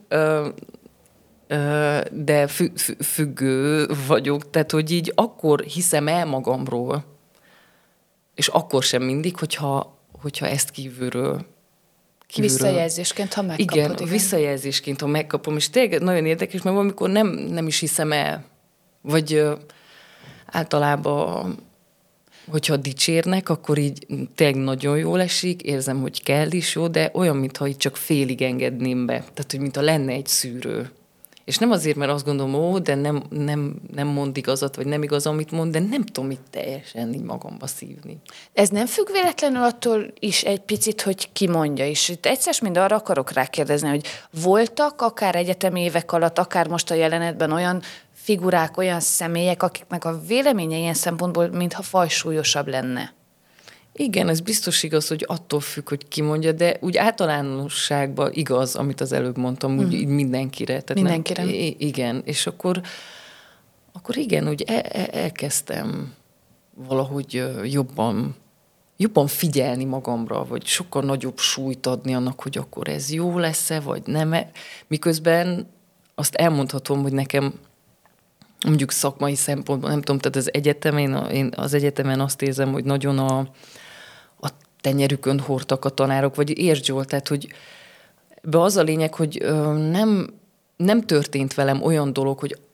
de függő vagyok, tehát hogy így akkor hiszem el magamról, és akkor sem mindig, hogyha ezt kívülről visszajelzésként, ha megkapod. Igen, visszajelzésként, ha megkapom, és tényleg nagyon érdekes, mert valamikor nem is hiszem el, vagy általában, hogyha dicsérnek, akkor így tényleg nagyon jól esik, érzem, hogy kell is jó, de olyan, mintha így csak félig engedném be, tehát, hogy mintha lenne egy szűrő. És nem azért, mert azt gondolom, de nem mond igazat, vagy nem igaz, amit mond, de nem tudom itt teljesen így magamba szívni. Ez nem függ véletlenül attól is egy picit, hogy ki mondja is. Itt egyszer mind arra akarok rákérdezni, hogy voltak akár egyetemi évek alatt, akár most a jelenetben olyan figurák, olyan személyek, akiknek a véleménye ilyen szempontból mintha fajsúlyosabb lenne? Igen, ez biztos igaz, hogy attól függ, hogy ki mondja, de úgy általánosságban igaz, amit az előbb mondtam, úgy így mindenkire. Tehát mindenkire. Igen, és akkor igen, úgy elkezdtem valahogy jobban figyelni magamra, vagy sokkal nagyobb súlyt adni annak, hogy akkor ez jó lesz-e, vagy nem. Miközben azt elmondhatom, hogy nekem mondjuk szakmai szempontból, nem tudom, tehát én az egyetemen azt érzem, hogy nagyon a tenyerükön hordtak a tanárok, vagy értsd jól, tehát, hogy ebbe az a lényeg, hogy nem történt velem olyan dolog, hogy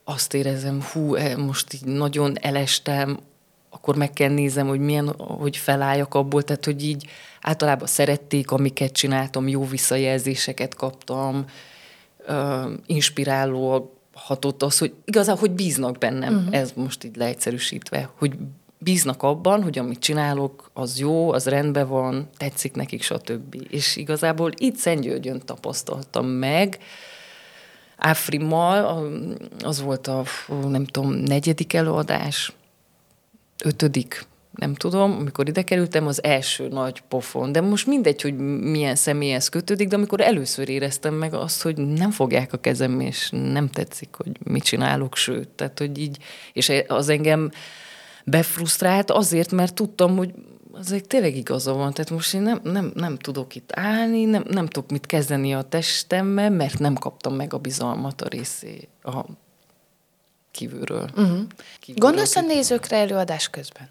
azt érezem, most így nagyon elestem, akkor meg kell nézem, hogy milyen, hogy felálljak abból, tehát hogy így általában szerették, amiket csináltam, jó visszajelzéseket kaptam, inspiráló hatott az, hogy igazából, hogy bíznak bennem, ez most így leegyszerűsítve, hogy bíznak abban, hogy amit csinálok, az jó, az rendben van, tetszik nekik, stb. És igazából itt Szentgyörgyön tapasztaltam meg, Áfrimmal, az volt a, nem tudom, 4. előadás, 5., nem tudom, amikor ide kerültem, az első nagy pofon. De most mindegy, hogy milyen személyhez kötődik, de amikor először éreztem meg azt, hogy nem fogják a kezem, és nem tetszik, hogy mit csinálok, sőt, tehát, hogy így, és az engem befrusztrált azért, mert tudtam, hogy azért tényleg igaza van, tehát most én nem tudok itt állni, nem tudok mit kezdeni a testemmel, mert nem kaptam meg a bizalmat a részé, a kívülről. Gondolsz a nézőkre előadás közben?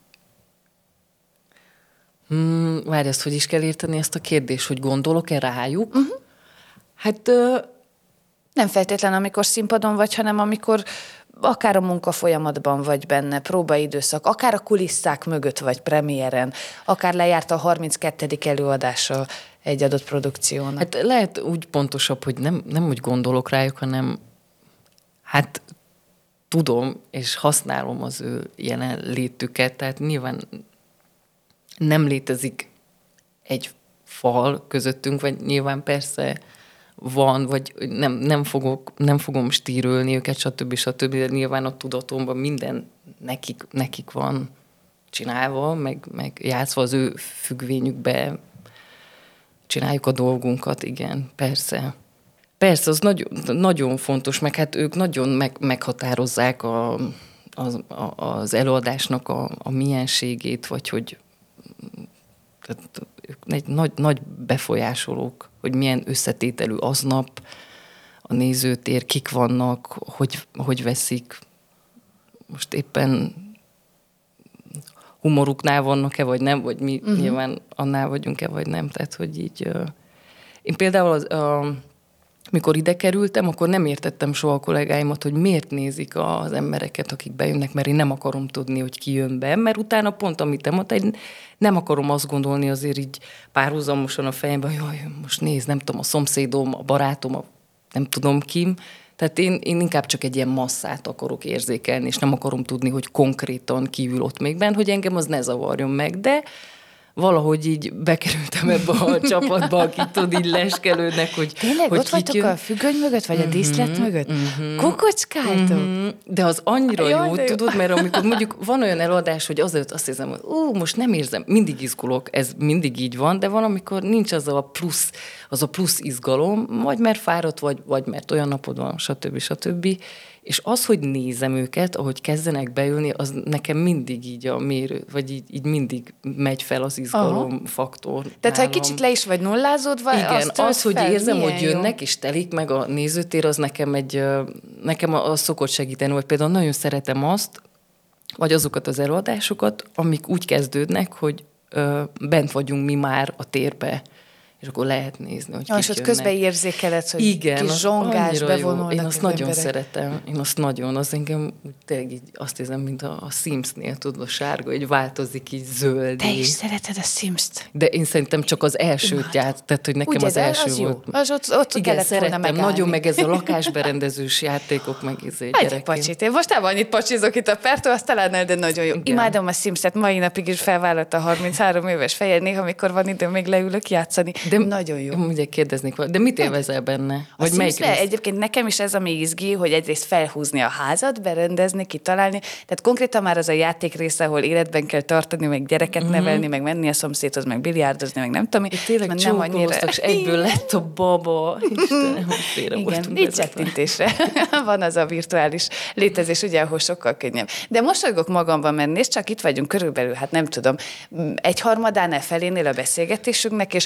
Várj, ezt hogy is kell érteni ezt a kérdést, hogy gondolok-e rájuk? Hát... Nem feltétlen, amikor színpadon vagy, hanem amikor akár a munkafolyamatban vagy benne, próbaidőszak, akár a kulisszák mögött vagy premiéren, akár lejárt a 32. előadása egy adott produkciónak. Hát lehet úgy pontosabb, hogy nem úgy gondolok rájuk, hanem hát tudom, és használom az ő jelenlétüket, tehát nyilván nem létezik egy fal közöttünk, vagy nyilván persze van, vagy nem fogom stírölni őket, stb. De nyilván a tudatomban minden nekik van csinálva, meg játszva az ő függvényükbe, csináljuk a dolgunkat, igen, persze. Persze, az nagyon fontos, meg hát ők nagyon meghatározzák az előadásnak a mienségét, vagy hogy tehát ők egy nagy befolyásolók, hogy milyen összetételű aznap a nézőtér, kik vannak, hogy veszik. Most éppen humoruknál vannak-e, vagy nem, vagy mi nyilván annál vagyunk-e, vagy nem. Tehát, hogy így... Én például mikor ide kerültem, akkor nem értettem soha a kollégáimat, hogy miért nézik az embereket, akik bejönnek, mert én nem akarom tudni, hogy ki jön be, mert utána pont, amit te mondtál, nem akarom azt gondolni azért így párhuzamosan a fejemben, hogy jaj, most nézd, nem tudom, a szomszédom, a barátom, nem tudom kim. Tehát én inkább csak egy ilyen masszát akarok érzékelni, és nem akarom tudni, hogy konkrétan kívül ott még benn, hogy engem az ne zavarjon meg, de valahogy így bekerültem ebbe a csapatba, akik tudod, így leskelődnek, hogy... Tényleg hogy ott vagytok a függöny mögött, vagy a díszlet mögött? Kukocskáltok? De az annyira Jaj, jó, de jó. tudod, mert amikor mondjuk van olyan előadás, hogy azért azt érzem, hogy most nem érzem, mindig izgulok, ez mindig így van, de van, amikor nincs az a plusz izgalom, vagy mert fáradt, vagy mert olyan napod van, stb. És az, hogy nézem őket, ahogy kezdenek beülni, az nekem mindig így a mérő, vagy így mindig megy fel az izgalomfaktor. Tehát, ha egy kicsit le is vagy nullázódva, igen, az, hogy fel, érzem, milyen hogy jó. jönnek, és telik meg a nézőtér, az nekem az szokott segíteni, vagy például nagyon szeretem azt, vagy azokat az előadásokat, amik úgy kezdődnek, hogy bent vagyunk mi már a térbe, és akkor lehet nézni, hogy kik És ott jönnek. közben érzékeled, hogy igen, kis zsongás, bevonulnak. Én azt az nagyon emberek. szeretem. Az engem tényleg így azt érzem, mint a Sims-nél, tudod, a sárga, így változik, így zöld. Te is szereted a Sims-t. De én szerintem csak az elsőt tehát, hogy nekem Ugye, az de első az jó. volt. Az ott Igen, kellett volna szerettem. megállni. Nagyon meg ez a lakásberendezős játékok, meg Egy pacsit. Én most annyit pacsizok itt a Pertó, azt talán, de nagyon jó. Igen. Imádom a Sims-et, mai napig is felvállalt a 33 éves feje, néha, amikor van idő, még leülök játszani. De nagyon jó. Ugye kérdeznék, de mit élvezel benne? Vagy melyik rész? Egyébként nekem is ez, ami izgi, hogy egyrészt felhúzni a házat, berendezni, kitalálni. Tehát konkrétan már az a játék része, ahol életben kell tartani, meg gyereket nevelni, meg menni a szomszédhoz, meg biliárdozni, meg nem tudom. Tényleg csókolóztak, és egyből lett a baba. Istenem, félre igen, voltunk így vezetve. csettintésre van az a virtuális létezés, ugye, ahol sokkal könnyebb. De mosolygok magamban, mert nézd, csak itt vagyunk körülbelül, hát nem tudom, 1/3 felénél a beszélgetésünknek, és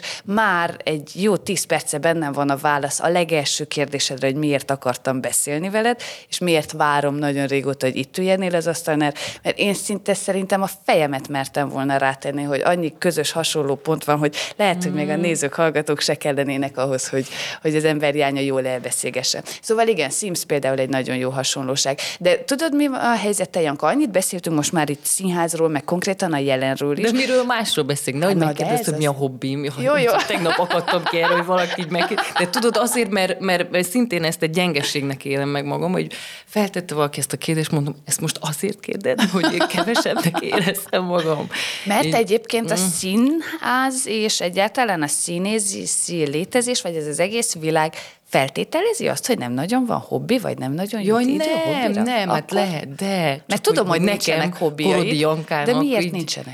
már egy jó 10 perce bennem van a válasz a legelső kérdésedre, hogy miért akartam beszélni veled, és miért várom nagyon régóta, hogy itt üljenél az asztalnál, mert én szinte szerintem a fejemet mertem volna rátenni, hogy annyi közös hasonló pont van, hogy lehet, hogy még a nézők, hallgatók se kellenének ahhoz, hogy az ember Jánya jól elbeszélgessen. Szóval igen, Sims például egy nagyon jó hasonlóság. De tudod, mi a helyzete, Janka? Annyit beszéltünk most már itt színházról, meg konkrétan a jelenről is. De miről másról beszélünk? Nehogy megkérdezd, hogy mi a hobbim. Jó. Tegnap akadtam ki erre, hogy valaki így de tudod, azért, mert szintén ezt egy gyengeségnek élem meg magam, hogy feltette valaki ezt a kérdést, mondom, ezt most azért kérded, hogy én kevesebbnek éreztem magam. Mert egyébként a színház és egyáltalán a színészi létezés, vagy ez az egész világ feltételezi azt, hogy nem nagyon van hobbi, vagy nem nagyon jut idő hobbira? Nem, hát lehet, de. Mert tudom, hogy nincsenek hobbiai, de miért így nincsenek?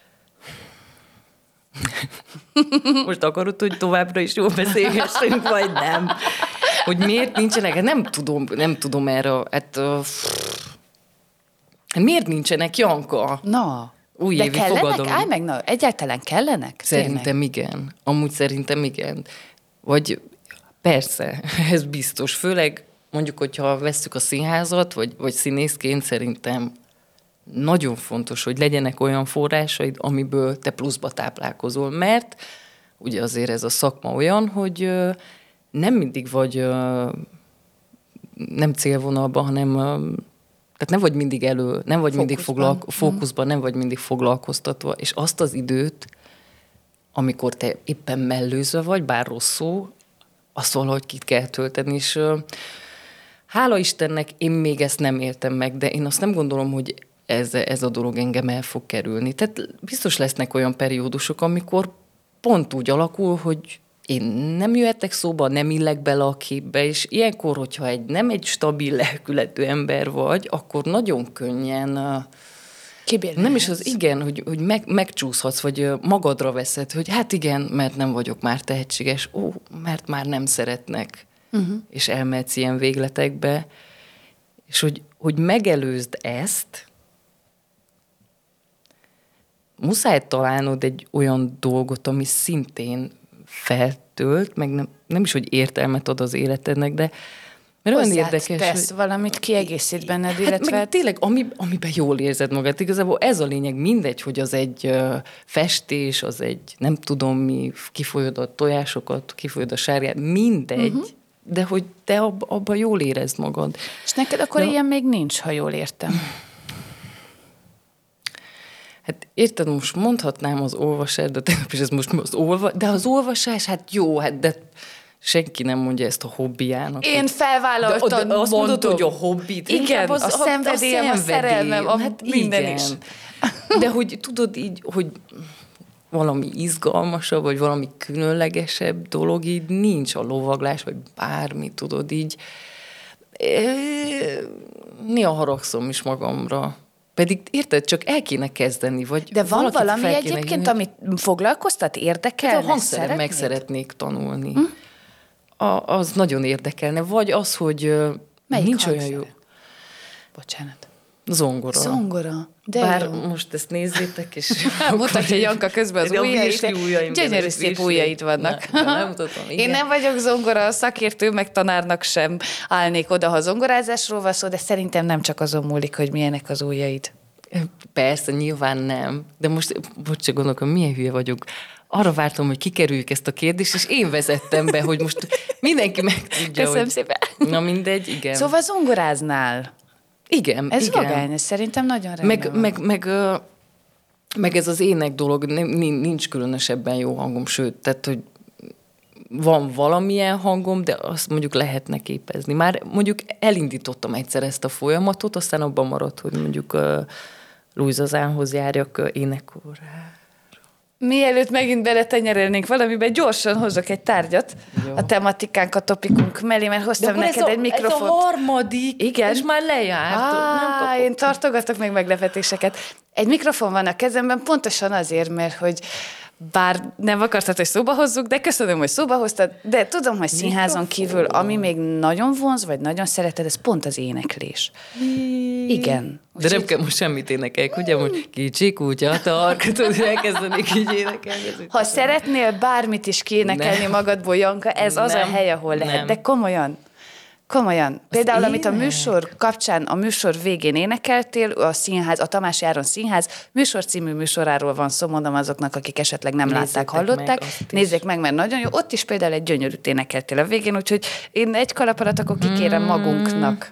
Most akarod, hogy továbbra is jól beszélgessünk, vagy nem? Hogy miért nincsenek? Hát nem tudom erre. Hát miért nincsenek, Janka? Na, újévi de kellenek? fogadalom. Állj meg, na, egyáltalán kellenek? Szerintem tényleg? igen. Amúgy szerintem igen. Vagy persze, ez biztos. Főleg mondjuk, hogyha vesszük a színházat, vagy színészként szerintem nagyon fontos, hogy legyenek olyan forrásaid, amiből te pluszba táplálkozol, mert ugye azért ez a szakma olyan, hogy nem mindig vagy nem célvonalban, hanem tehát nem vagy mindig nem vagy mindig fókuszban, nem vagy mindig foglalkoztatva, és azt az időt, amikor te éppen mellőzve vagy, bár rosszul, azt valahogy ki kell tölteni, és hála Istennek én még ezt nem éltem meg, de én azt nem gondolom, hogy ez a dolog engem el fog kerülni. Tehát biztos lesznek olyan periódusok, amikor pont úgy alakul, hogy én nem jöhetek szóba, nem illek bele a képbe, és ilyenkor, hogyha nem egy stabil lelkületű ember vagy, akkor nagyon könnyen nem is az igen, hogy megcsúszhatsz, vagy magadra veszed, hogy hát igen, mert nem vagyok már tehetséges, mert már nem szeretnek, és elmehetsz ilyen végletekbe, és hogy megelőzd ezt, muszáj találnod egy olyan dolgot, ami szintén feltölt, meg nem is, hogy értelmet ad az életednek, de mert olyan érdekes, tesz valamit, kiegészít benned, illetve... meg tényleg, amiben jól érzed magad. Igazából ez a lényeg, mindegy, hogy az egy festés, az egy nem tudom mi, kifolyod a tojásokat, kifolyod a sárgát, mindegy, de hogy te abban jól érezd magad. És neked akkor ilyen még nincs, ha jól értem. Hát érted, most mondhatnám az olvasást, de tegnap is ez most de az olvasás, hát jó, hát de senki nem mondja ezt a hobbijának. Én felvállaltam, de azt mondod, hogy a hobbit. Igen, a szenvedélyem, a szerelmem, hát minden igen. Is. De hogy tudod így, hogy valami izgalmasabb, vagy valami különlegesebb dolog így nincs, a lovaglás, vagy bármi, tudod így. Néha haragszom is magamra. Pedig érted, csak el kéne kezdeni, vagy de van valami egyébként, amit foglalkoztat, érdekel? A hangszeren meg szeretnék tanulni. Az nagyon érdekelne. Vagy az, hogy nincs hangszer? olyan jó... Bocsánat. Zongora. De bár jó. Most ezt nézzétek, és... Mutatja Janka közben az ujjait. Gyönyörű szép ujjaid vannak. Nem mutatom, igen. Én nem vagyok zongora szakértő, meg tanárnak sem állnék oda, ha zongorázásról van szó, de szerintem nem csak azon múlik, hogy milyenek az ujjaid. Persze, nyilván nem. De most csak gondolom, milyen hülye vagyok. Arra vártam, hogy kikerüljük ezt a kérdést, és én vezettem be, hogy most mindenki megtudja. Köszönöm szépen. Na mindegy, igen. Szóval zongoráznál. Igen, ez igen. vagány, ez szerintem nagyon rendben meg ez az ének dolog, nincs különösebben jó hangom, sőt, tehát, hogy van valamilyen hangom, de azt mondjuk lehetne képezni. Már mondjuk elindítottam egyszer ezt a folyamatot, aztán abban maradt, hogy mondjuk Luisa Zánhoz járjak énekórára. Mielőtt megint beletenyerelnénk valamiben, gyorsan hozok egy tárgyat jó. A tematikánk, a topikunk mellé, mert hoztam neked egy mikrofont. Ez a harmadik, igen? És már lejárt. Én tartogatok még meglepetéseket. Egy mikrofon van a kezemben, pontosan azért, mert hogy bár nem akartad, hogy szóba hozzuk, de köszönöm, hogy szóba hoztad, de tudom, hogy színházon kívül, ami még nagyon vonz, vagy nagyon szereted, ez pont az éneklés. Igen. De nem kell most semmit énekelni, ugye, hogy kicsi kutya, tarka, tudod, elkezdeni így énekelni. Ha szeretnél bármit is kiénekelni magadból, Janka, ez az a hely, ahol lehet. De komolyan. Például, amit a műsor kapcsán, a műsor végén énekeltél, a Tamási Áron Színház műsor című műsoráról van szó, mondom azoknak, akik esetleg nem látták, hallották. Nézzék meg, mert nagyon jó. Ott is például egy gyönyörűt énekeltél a végén, úgyhogy én egy kalaparat akkor kikérem magunknak.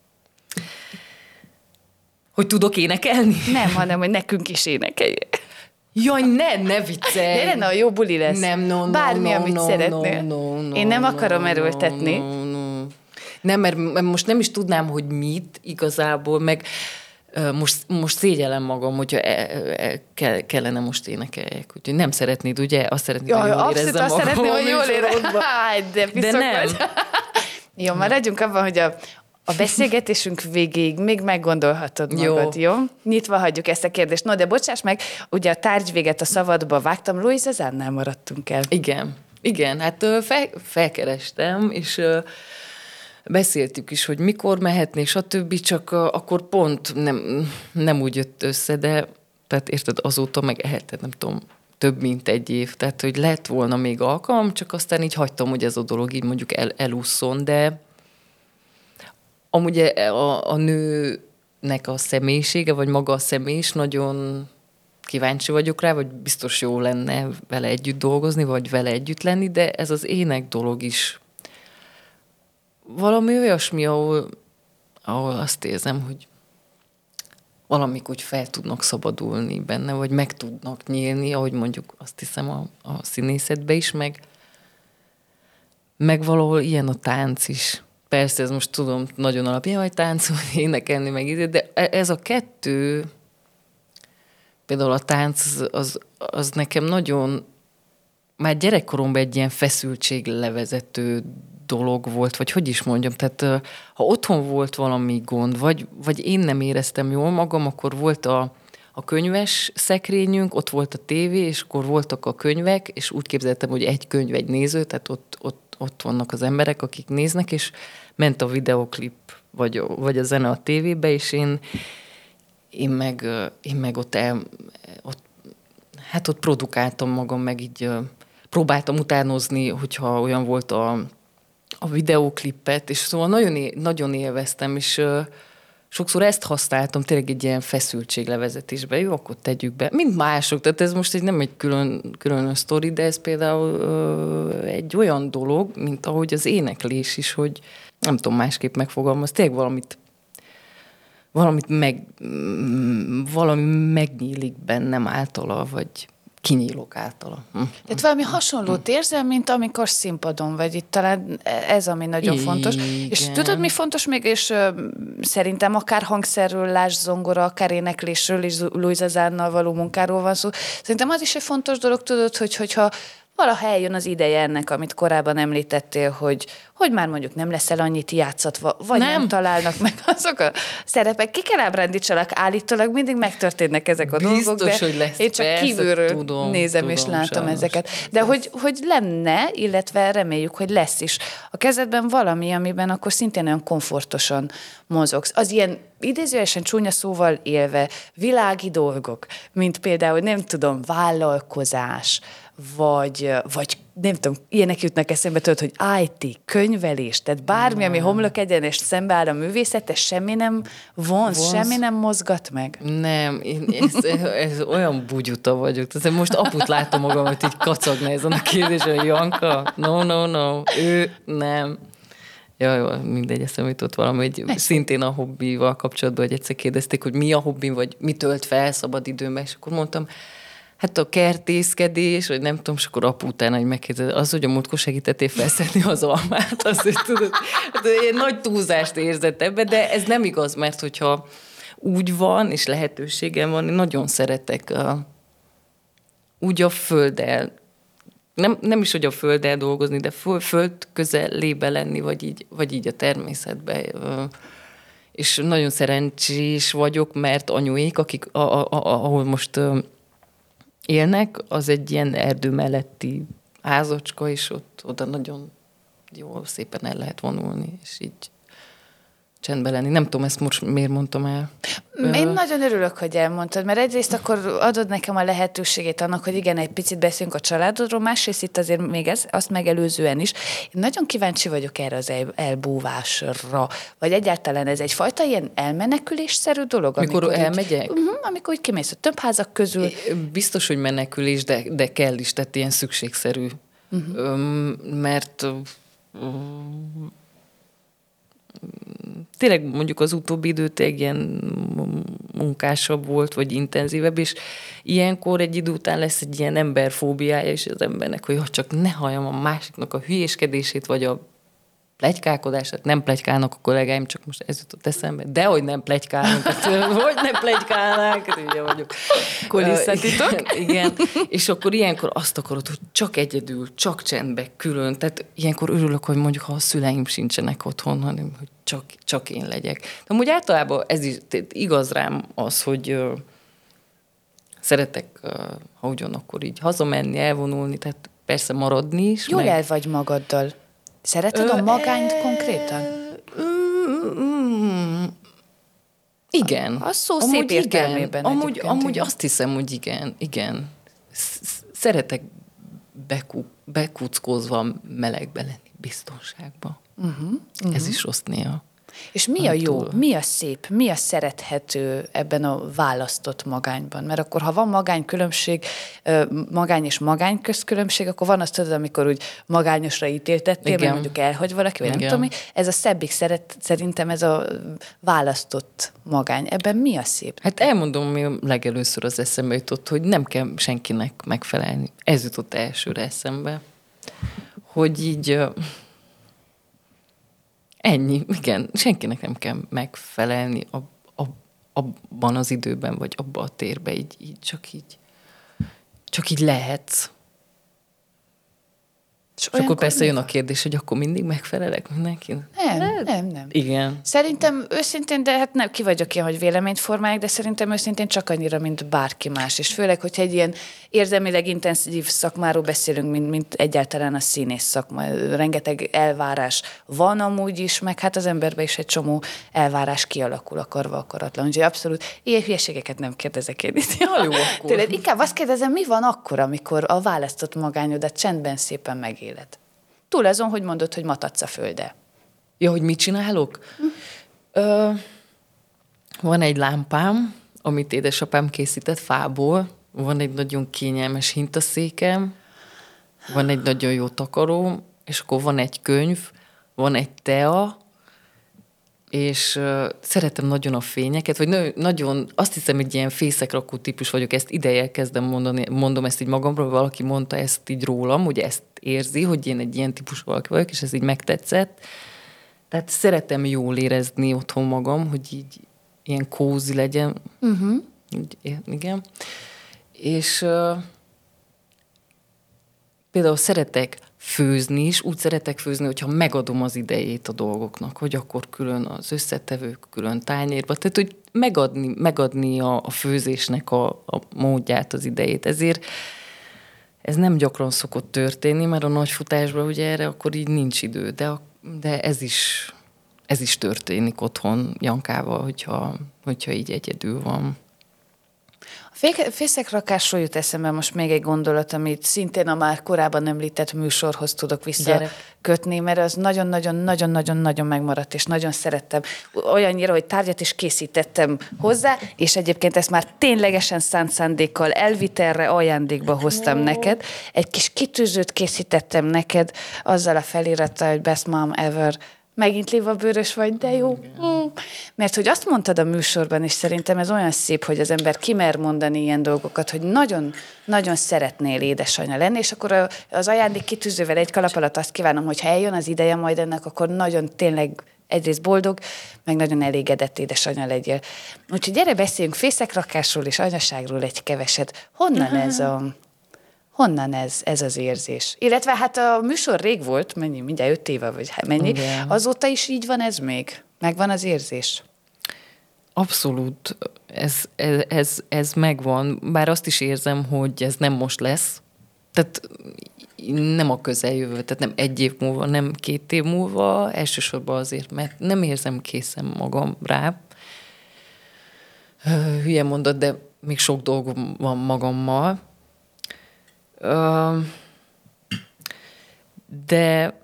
Hogy tudok énekelni? Nem, hanem, hogy nekünk is énekelj. Jaj, ne viccelj! De lenne, a jó buli lesz. Nem, bármi, amit szeretnél. Én nem akarom erőltetni. Nem, mert most nem is tudnám, hogy mit igazából, meg most szégyellem magam, hogyha kellene most énekeljek. Úgyhogy nem szeretnéd, ugye? Azt szeretnéd, hogy jól érezzem magam. Azt szeretném, hogy jól érezzem. De nem. Jó, maradjunk abban, hogy a beszélgetésünk végéig még meggondolhatod magad, jó? Nyitva hagyjuk ezt a kérdést. No, de bocsáss meg, ugye a tárgyvéget a szavadba vágtam, Louisa Zánnál maradtunk el. Igen, hát felkerestem, és beszéltük is, hogy mikor mehetnék, stb., csak akkor pont nem úgy jött össze, de tehát érted, azóta meg eltelt, nem tudom, több mint egy év, tehát hogy lett volna még alkalom, csak aztán így hagytam, hogy ez a dolog így mondjuk elússzon, de amúgy a nőnek a személyisége, vagy maga a személy is nagyon kíváncsi vagyok rá, vagy biztos jó lenne vele együtt dolgozni, vagy vele együtt lenni, de ez az ének dolog is valami olyasmi, ahol azt érzem, hogy valamik úgy fel tudnak szabadulni benne, vagy meg tudnak nyílni, ahogy mondjuk azt hiszem a színészetbe is, meg valahol ilyen a tánc is. Persze, ez most tudom, nagyon alapján, hogy táncolni, énekelni, meg ide, de ez a kettő, például a tánc, az nekem nagyon, már gyerekkoromban egy ilyen feszültséglevezető dolog volt, vagy hogy is mondjam, tehát ha otthon volt valami gond, vagy én nem éreztem jól magam, akkor volt a könyves szekrényünk, ott volt a tévé, és akkor voltak a könyvek, és úgy képzeltem, hogy egy könyv, egy néző, tehát ott vannak az emberek, akik néznek, és ment a videoklip, vagy a zene a tévébe, és én meg ott produkáltam magam, meg így próbáltam utánozni, hogyha olyan volt a videóklipet, és szóval nagyon, nagyon élveztem, és sokszor ezt használtam tényleg egy ilyen feszültséglevezetésbe. Jó, akkor tegyük be. Mint mások, tehát ez most nem egy külön sztori, de ez például egy olyan dolog, mint ahogy az éneklés is, hogy nem tudom másképp megfogalmazni, tényleg valami megnyílik bennem általa, vagy kinyílok általa. Tehát valami hasonlót érzel, mint amikor színpadon vagy. Itt talán ez, ami nagyon fontos. És tudod, mi fontos még, és szerintem akár hangszerről, lásd zongora, akár éneklésről és Louisa Zánnal való munkáról van szó. Szerintem az is egy fontos dolog, tudod, hogyha valaha eljön az ideje ennek, amit korábban említettél, hogy már mondjuk nem leszel annyit játszatva, vagy nem találnak meg azok a szerepek. Ki kell ábrándítsalak, állítólag mindig megtörténnek ezek a dolgok, de hogy lesz, én csak kívülről nézem és látom sajnos ezeket. De hogy lenne, illetve reméljük, hogy lesz is a kezedben valami, amiben akkor szintén olyan komfortosan mozogsz. Az ilyen idézőjelesen csúnya szóval élve világi dolgok, mint például, nem tudom, vállalkozás, vagy nem tudom, ilyenek jutnak eszembe, tudod, hogy IT, könyvelés, tehát bármi, ami homlok egyenest szembeáll a művészet, ez semmi nem vonz, semmi nem mozgat meg. Nem, ez olyan bugyuta vagyok. Tehát most aput látom magam, hogy így kacagna ezen a kérdésen, hogy Janka, no, ő nem. Jó, mindegy, eszembe jutott valami, hogy szintén a hobbival kapcsolatban, hogy egyszer kérdezték, hogy mi a hobbim, vagy mi tölt fel szabad időmben, és akkor mondtam, hát a kertészkedés, vagy nem tudom, és akkor apu utána, hogy megkérdezett, az, hogy a múltkor segítettél felszedni az almát, azt, hogy tudod, hát egy nagy túlzást érzett ebbe, de ez nem igaz, mert hogyha úgy van, és lehetőségem van, én nagyon szeretek úgy a földdel, nem is, hogy a földdel dolgozni, de föld közelébe lenni, vagy így a természetbe. És nagyon szerencsés vagyok, mert anyuék, akik, ahol most élnek, az egy ilyen erdő melletti házacska, és oda nagyon jól szépen el lehet vonulni, és így csendben lenni. Nem tudom, ezt most miért mondtam el. Én nagyon örülök, hogy elmondtad, mert egyrészt akkor adod nekem a lehetőségét annak, hogy igen, egy picit beszélünk a családodról, másrészt itt azért még azt megelőzően is. Én nagyon kíváncsi vagyok erre az elbúvásra, vagy egyáltalán ez egyfajta ilyen elmenekülésszerű dolog? Amikor elmegyek? Amikor úgy kimész a több házak közül. Biztos, hogy menekülés, de kell is, tehát ilyen szükségszerű. Mert tényleg mondjuk az utóbbi időt egy ilyen munkásabb volt, vagy intenzívebb, és ilyenkor egy idő után lesz egy ilyen emberfóbiája is az embernek, hogy csak ne halljam a másiknak a hülyéskedését, vagy a pletykálkodását. Nem pletykálnak a kollégáim, csak most ez jutott eszembe. Dehogy nem pletykálnak. Hogy nem pletykálnák? Ugye vagyok. Kulisszatitok. Igen. És akkor ilyenkor azt akarod, hogy csak egyedül, csak csendbe, külön. Tehát ilyenkor örülök, hogy mondjuk, ha a szüleim sincsenek otthon, hanem hogy csak én legyek. De amúgy általában ez is igaz rám az, hogy szeretek, ha ugyanakkor így hazamenni, elvonulni, tehát persze maradni is. Jól el vagy magaddal. Szereted a magányt konkrétan? Igen. A szó szép értelmében. Amúgy azt hiszem, hogy igen. Szeretek bekuckozva melegbe lenni, biztonságban. Ez is rossz néha. És mi a jó, mi a szép, mi a szerethető ebben a választott magányban? Mert akkor, ha van magánykülönbség, magány és magány közkülönbség, akkor van azt tudod, amikor úgy magányosra ítéltettél, mert mondjuk elhagy valaki, vagy nem tudom mi. Ez a szebbik szerintem ez a választott magány. Ebben mi a szép? Hát elmondom, mi legelőször az eszembe jutott, hogy nem kell senkinek megfelelni. Ez jutott elsőre eszembe. Hogy így... Ennyi, igen, senkinek nem kell megfelelni abban az időben, vagy abban a térben, így csak így lehetsz. És akkor persze jön a kérdés, hogy akkor mindig megfelelek mindenkinek? Nem. Igen. Szerintem őszintén, de hát nem ki vagyok ilyen, hogy véleményt formálják, de szerintem őszintén csak annyira, mint bárki más. És főleg, hogyha egy ilyen érzelmileg intenzív szakmáról beszélünk, mint egyáltalán a színész szakma. Rengeteg elvárás van amúgy is, meg hát az emberben is egy csomó elvárás kialakul akarva akaratlan. Úgyhogy abszolút ilyen hülyeségeket nem kérdezek én itt. Ja, jó, akkor. Tőled inkább azt kérdezem, mi van akkor, amikor a választott magányodat csendben szépen megéled? Túl azon, hogy mondod, hogy matadsz a földe. Ja, hogy mit csinálok? Van egy lámpám, amit édesapám készített fából, van egy nagyon kényelmes hintaszékem, van egy nagyon jó takaróm, és akkor van egy könyv, van egy tea, és szeretem nagyon a fényeket, vagy nagyon, azt hiszem, egy ilyen fészekrakó típus vagyok, ezt ideje kezdem mondom ezt így magamról, valaki mondta ezt így rólam, hogy ezt érzi, hogy én egy ilyen típus valaki vagyok, és ez így megtetszett. Tehát szeretem jól érezni otthon magam, hogy így ilyen kózi legyen. Igen. És például szeretek főzni is, úgy szeretek főzni, hogyha megadom az idejét a dolgoknak, hogy akkor külön az összetevők, külön tányérba, tehát hogy megadni a főzésnek a módját, az idejét. Ezért ez nem gyakran szokott történni, mert a nagyfutásban ugye erre akkor így nincs idő, de ez is történik otthon Jankával, hogyha így egyedül van. A fészekrakásról jut eszembe most még egy gondolat, amit szintén a már korábban említett műsorhoz tudok visszakötni, mert az nagyon-nagyon-nagyon-nagyon megmaradt, és nagyon szerettem. Olyannyira, hogy tárgyat is készítettem hozzá, és egyébként ezt már ténylegesen szánt szándékkal elvitelre, ajándékba hoztam neked. Egy kis kitűzőt készítettem neked, azzal a felirattal, hogy best mom ever. Megint lévabőrös vagy, de jó. Mert hogy azt mondtad a műsorban, és szerintem ez olyan szép, hogy az ember kimer mondani ilyen dolgokat, hogy nagyon szeretnél édesanyja lenni, és akkor az ajándék kitűzővel egy kalap alatt azt kívánom, hogy ha eljön az ideje majd ennek, akkor nagyon tényleg egyrészt boldog, meg nagyon elégedett édesanyja legyél. Úgyhogy gyere beszéljünk fészekrakásról és anyaságról egy keveset. Honnan ez az érzés? Illetve hát a műsor rég volt, mindjárt 5 éve, vagy mennyi. Igen. Azóta is így van ez még? Megvan az érzés? Abszolút. ez megvan, bár azt is érzem, hogy ez nem most lesz. Tehát nem a közeljövő, tehát nem 1 év múlva, nem 2 év múlva, elsősorban azért, mert nem érzem készen magam rá. Hülye mondat, de még sok dolgom van magammal. De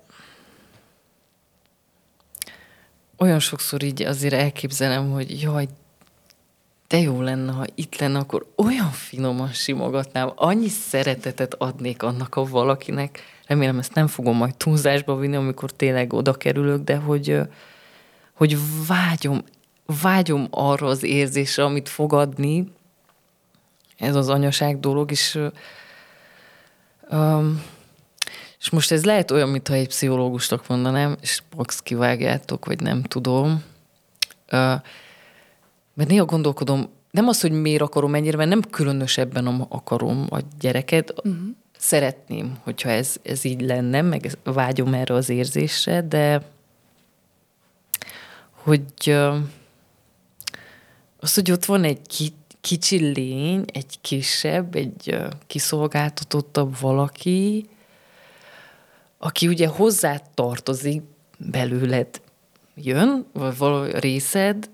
olyan sokszor így azért elképzelem, hogy jaj, de jó lenne, ha itt lenne, akkor olyan finoman simogatnám, annyi szeretetet adnék annak a valakinek. Remélem, ezt nem fogom majd túlzásba vinni, amikor tényleg oda kerülök, de hogy vágyom arra az érzésre, amit fog adni ez az anyaság dolog, és most ez lehet olyan, mintha egy pszichológusnak mondanám, és max kivágjátok, vagy nem tudom. Mert néha gondolkodom, nem az, hogy miért akarom ennyire, mert nem különösebben akarom a gyereket. Szeretném, hogyha ez így lenne, meg vágyom erre az érzésre, de hogy az, hogy ott van egy kicsi lény, egy kisebb, egy kiszolgáltatottabb valaki, aki ugye hozzá tartozik, belőled jön, vagy valahogy részed,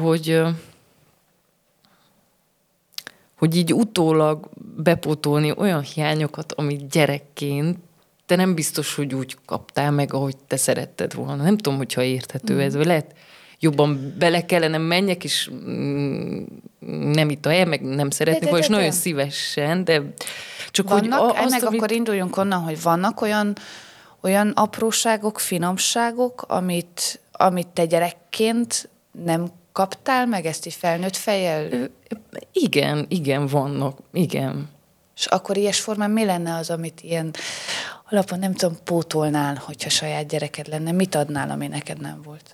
hogy így utólag bepótolni olyan hiányokat, amit gyerekként te nem biztos, hogy úgy kaptál meg, ahogy te szeretted volna. Nem tudom, hogyha érthető ez, vagy lehet jobban bele kellene menjek, és nem itt a hely, meg nem szeretnék, és nagyon szívesen, de csak vannak, hogy... meg akkor induljunk onnan, hogy vannak olyan apróságok, finomságok, amit te gyerekként nem kaptál meg, ezt így felnőtt fejjel? Igen, vannak, igen. És akkor ilyes formán mi lenne az, amit ilyen alapon nem tudom, pótolnál, hogyha saját gyereked lenne? Mit adnál, ami neked nem volt?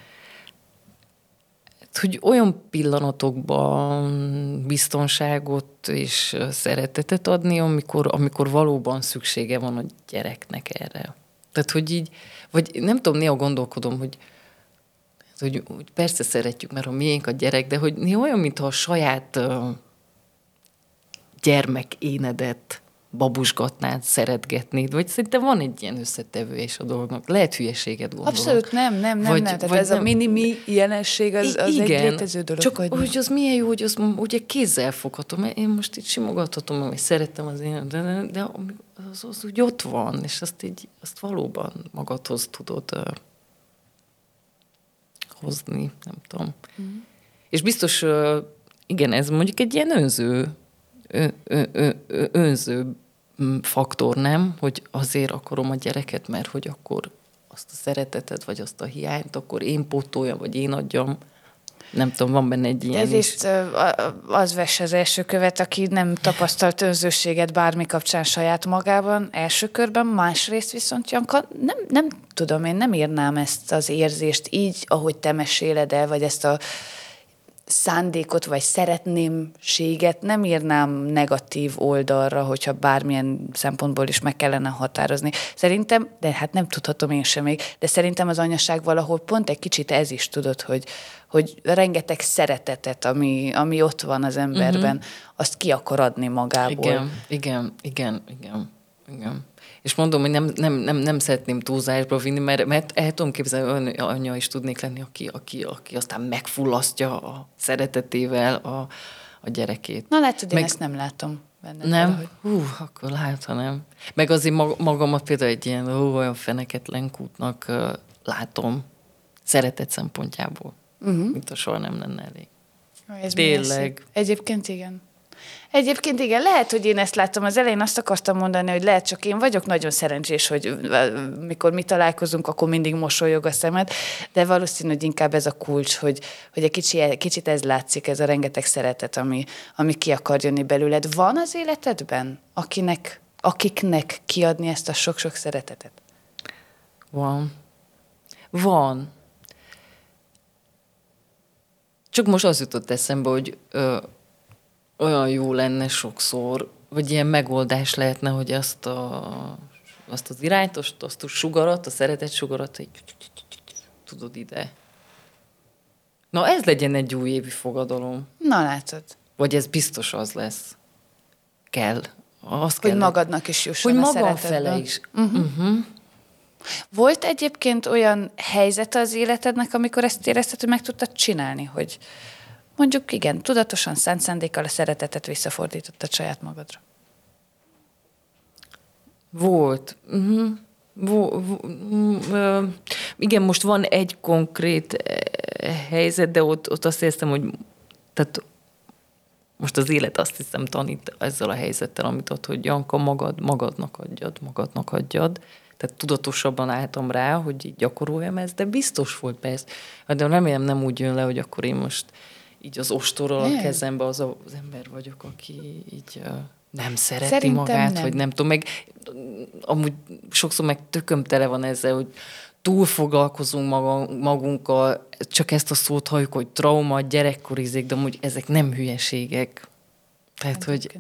Hogy olyan pillanatokban biztonságot és szeretetet adni, amikor valóban szüksége van a gyereknek erre. Tehát, hogy így, vagy nem tudom, néha gondolkodom, hogy persze szeretjük, mert a miénk a gyerek, de hogy néha olyan, mintha a saját gyermekénedet babusgatnád, szeretgetnéd, vagy szerintem van egy ilyen összetevő és a dolognak. Lehet hülyeséget gondolom. Abszolút nem. Tehát ez a mini-mi jelenség, az egy létező dolog. Csak hogy az milyen jó, hogy az ugye kézzel foghatom. Én most itt simogathatom, hogy szerettem az én, de az úgy ott van, és azt valóban magadhoz tudod hozni, nem tudom. És biztos, igen, ez mondjuk egy ilyen önző faktor, nem? Hogy azért akarom a gyereket, mert hogy akkor azt a szeretetet, vagy azt a hiányt, akkor én pótoljam, vagy én adjam. Nem tudom, van benne egy ilyen Ezért az vesse az első követ, aki nem tapasztalt önzőséget bármi kapcsán saját magában, első körben, másrészt viszont, Janka, nem tudom, én nem írnám ezt az érzést így, ahogy te meséled el, vagy ezt a szándékot, vagy szeretnémséget nem írnám negatív oldalra, hogyha bármilyen szempontból is meg kellene határozni. Szerintem, de hát nem tudhatom én sem még, de szerintem az anyaság valahol pont egy kicsit ez is, tudod, hogy rengeteg szeretetet, ami ott van az emberben, azt ki akar adni magából. Igen. És mondom, hogy nem szeretném túlzásba vinni, mert el tudom képzelni, olyan anya is tudnék lenni, aki aztán megfullasztja a szeretetével a gyerekét. Na látod, én ezt nem látom benne. Nem? Akkor látha nem. Meg azért magamat például egy ilyen olyan feneketlen kútnak látom szeretet szempontjából. Mint a soha nem lenne elég. Ez tényleg. Egyébként igen, lehet, hogy én ezt láttam. Az elején azt akartam mondani, hogy lehet, csak én vagyok nagyon szerencsés, hogy mikor mi találkozunk, akkor mindig mosolyog a szemed, de valószínű, hogy inkább ez a kulcs, hogy egy kicsit ez látszik, ez a rengeteg szeretet, ami ki akar jönni belőled. Van az életedben, akiknek kiadni ezt a sok-sok szeretetet? Van. Csak most az jutott eszembe, hogy olyan jó lenne sokszor, vagy ilyen megoldás lehetne, hogy azt az irányt, azt a sugarat, a szeretet sugarat, hogy tudod ide. Na, ez legyen egy újévi fogadalom. Na, látod. Vagy ez biztos az lesz. Kell. Az Hogy kell, magadnak is jusson hogy a magam szeretetből. fele is. Volt egyébként olyan helyzet az életednek, amikor ezt érezted, hogy meg tudtad csinálni, hogy mondjuk igen, tudatosan, szánt szándékkal a szeretetet visszafordítottad saját magadra? Volt. Igen, most van egy konkrét helyzet, de ott azt éreztem, hogy tehát most az élet azt hiszem tanít ezzel a helyzettel, amit ott, hogy Janka, magadnak adjad. Tehát tudatosabban álltam rá, hogy így gyakoroljam ezt, de biztos volt persze. De remélem nem úgy jön le, hogy akkor én most így az ostorral a kezembe az ember vagyok, aki így nem szereti Szerintem magát, nem. vagy nem tudom. Meg amúgy sokszor meg tököm tele van ezzel, hogy túl foglalkozunk magunkkal, csak ezt a szót halljuk, hogy trauma, gyerekkorizik, de amúgy ezek nem hülyeségek. Tehát, hogy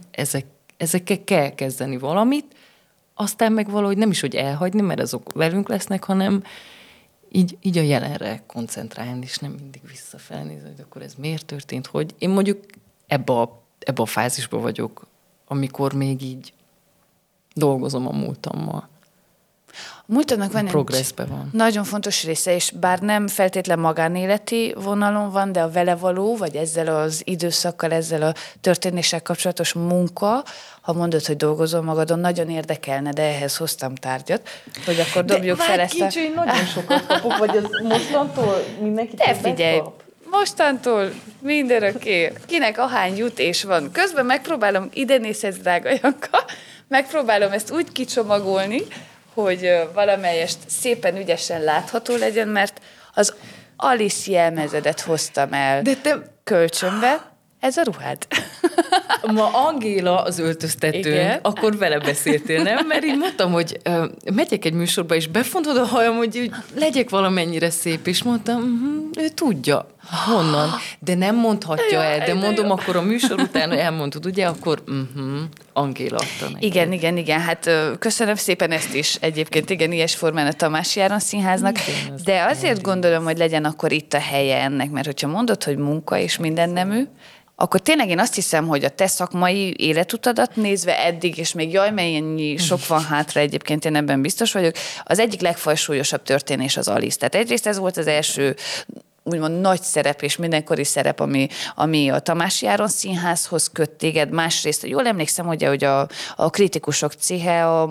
ezekkel kell kezdeni valamit, aztán meg valahogy nem is, hogy elhagyni, mert azok velünk lesznek, hanem így a jelenre koncentrálni, és nem mindig visszafelé nézni, hogy akkor ez miért történt, hogy én mondjuk ebbe a fázisba vagyok, amikor még így dolgozom a múltammal. A múltadnak van progresszben van. Nagyon fontos része, és bár nem feltétlen magánéleti vonalon van, de a vele való, vagy ezzel az időszakkal, ezzel a történéssel kapcsolatos munka, ha mondod, hogy dolgozol magadon, nagyon érdekelne, de ehhez hoztam tárgyat, hogy akkor dobjuk fel ezt a... Kicsi, nagyon sokat kapok, vagy ez mostantól mindenki De figyelj, mostantól mindörökké, kinek ahány jut és van. Közben megpróbálom, ide nézhetsz, drága Janka, megpróbálom ezt úgy kicsomagolni, hogy valamelyest szépen ügyesen látható legyen, mert az Alice jelmezedet hoztam el kölcsönbe. Ez a ruhád. Ma Angéla az öltöztetőn, igen. Akkor vele beszéltél, nem? Mert így mondtam, hogy megyek egy műsorba, és befontod a hajam, hogy legyek valamennyire szép, és mondtam, ő tudja. Honnan? De nem mondhatja el, de mondom, akkor a műsor után elmondod, ugye, akkor Angéla adta neki. Igen, hát köszönöm szépen ezt is egyébként, igen, ilyes formán a Tamási Áron Színháznak, de azért gondolom, hogy legyen akkor itt a helye ennek, mert hogyha mondod, hogy munka és minden nemű, akkor tényleg én azt hiszem, hogy a te szakmai életutadat nézve eddig, és még jaj, mennyi sok van hátra egyébként, én ebben biztos vagyok, az egyik legfajsúlyosabb történés az Alice. Tehát egyrészt ez volt az első úgymond nagy szerep és mindenkori szerep, ami a Tamási Áron Színházhoz köt téged. Másrészt, jól emlékszem, ugye, hogy a kritikusok céhe a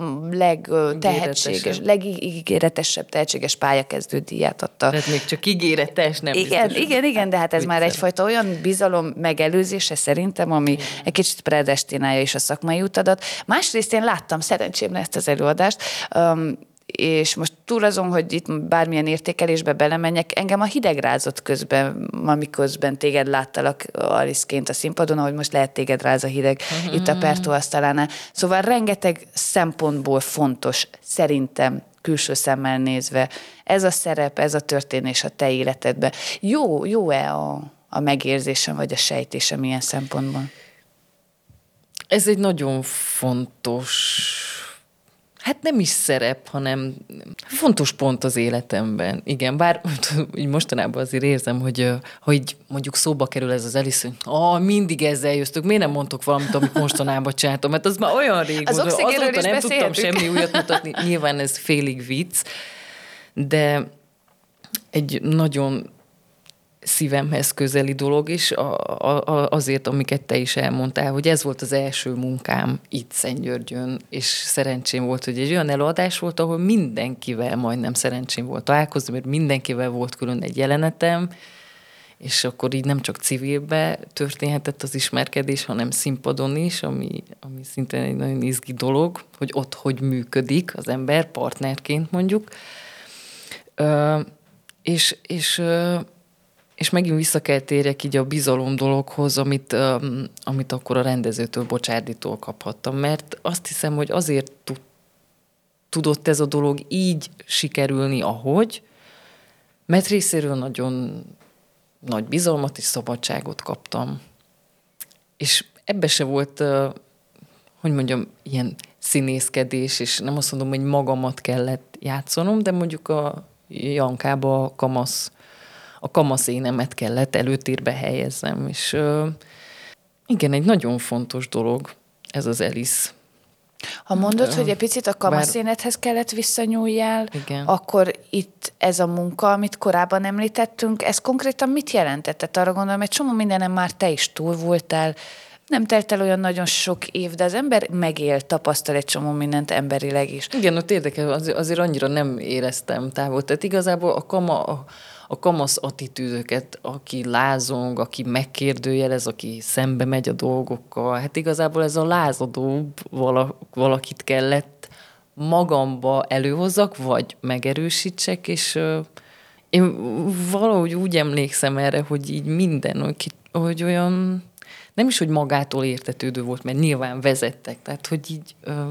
legígéretesebb, tehetséges pályakezdő díját adta. Tehát még csak ígéretes, nem igen, de hát ez már egyfajta olyan bizalom megelőzése szerintem, ami egy kicsit predestinálja is a szakmai utadat. Másrészt én láttam szerencsémre ezt az előadást, és most túl azon, hogy itt bármilyen értékelésbe belemenjek, engem a hideg rázott közben, amiközben téged láttalak Alice-ként a színpadon, ahogy most lehet téged ráz a hideg itt a Pertó asztalánál. Szóval rengeteg szempontból fontos, szerintem, külső szemmel nézve, ez a szerep, ez a történés a te életedben. Jó-e a megérzésem, vagy a sejtésem ilyen szempontból? Ez egy nagyon fontos... Hát nem is szerep, hanem fontos pont az életemben. Igen, bár így mostanában azért érzem, hogy mondjuk szóba kerül ez az Alice, hogy mindig ezzel jöztök, miért nem mondtok valamit, amit mostanában csináltam? Mert az már olyan régóta, azóta nem tudtam semmi újat mutatni. Nyilván ez félig vicc, de egy nagyon szívemhez közeli dolog is, azért, amiket te is elmondtál, hogy ez volt az első munkám itt Szentgyörgyön, és szerencsém volt, hogy egy olyan előadás volt, ahol mindenkivel majdnem szerencsém volt találkozni, mert mindenkivel volt külön egy jelenetem, és akkor így nem csak civilbe történhetett az ismerkedés, hanem színpadon is, ami szintén egy nagyon izgi dolog, hogy ott hogy működik az ember, partnerként mondjuk. És megint vissza kell térjek így a bizalom dologhoz, amit akkor a rendezőtől, Bocsárditól kaphattam, mert azt hiszem, hogy azért tudott ez a dolog így sikerülni, ahogy, mert részéről nagyon nagy bizalmat és szabadságot kaptam. És ebbe se volt, hogy mondjam, ilyen színészkedés, és nem azt mondom, hogy magamat kellett játszanom, de mondjuk a Jankába a a kamaszénemet kellett előtérbe helyezzem, és igen, egy nagyon fontos dolog ez az Alice. Ha mondod, hogy egy picit a kamaszénethez kellett visszanyúljál, igen. akkor itt ez a munka, amit korábban említettünk, ez konkrétan mit jelentett? Tehát arra gondolom, egy csomó mindenem már te is túl voltál, nem telt el olyan nagyon sok év, de az ember megél, tapasztal egy csomó mindent emberileg is. Igen, ott érdekes, azért annyira nem éreztem távol. Tehát igazából a kamasz attitűdöket, aki lázong, aki megkérdőjelez, aki szembe megy a dolgokkal, hát igazából ez a lázadóbb valakit kellett magamba előhozzak, vagy megerősítsek, és én valahogy úgy emlékszem erre, hogy így minden, hogy olyan, nem is, hogy magától értetődő volt, mert nyilván vezettek, tehát hogy így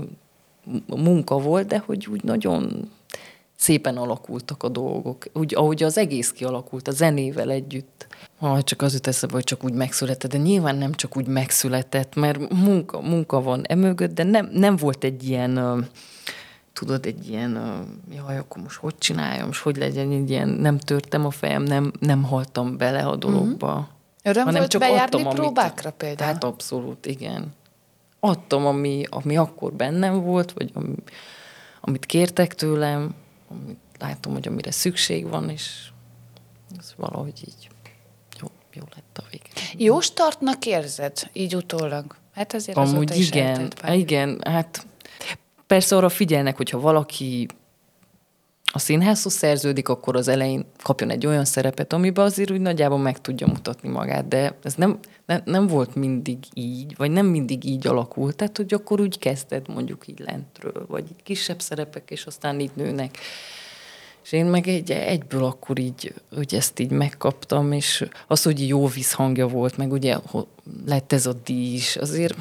munka volt, de hogy úgy nagyon szépen alakultak a dolgok, úgy, ahogy az egész kialakult, a zenével együtt. Csak az jut eszembe, hogy csak úgy megszületett, de nyilván nem csak úgy megszületett, mert munka van emögött, de nem volt egy ilyen, tudod, egy ilyen, jaj, akkor most hogy csináljam, és hogy legyen egy ilyen, nem törtem a fejem, nem haltam bele a dologba. Öröm volt csak bejárni próbákra például? Hát abszolút, igen. Adtam, ami akkor bennem volt, vagy amit kértek tőlem, amit látom, hogy amire szükség van, és ez valahogy így jó lett a vége. Jó startnak érzed, így utólag? Hát azért amúgy azóta is igen, hát persze arra figyelnek, hogyha valaki a színházhoz szerződik, akkor az elején kapjon egy olyan szerepet, amiben azért úgy nagyjából meg tudja mutatni magát, de ez nem volt mindig így, vagy nem mindig így alakult, tehát hogy akkor úgy kezded mondjuk így lentről, vagy így kisebb szerepek, és aztán így nőnek. És én meg egyből akkor így, hogy ezt így megkaptam, és az, hogy jó visszhangja volt, meg ugye lett ez a díj is, azért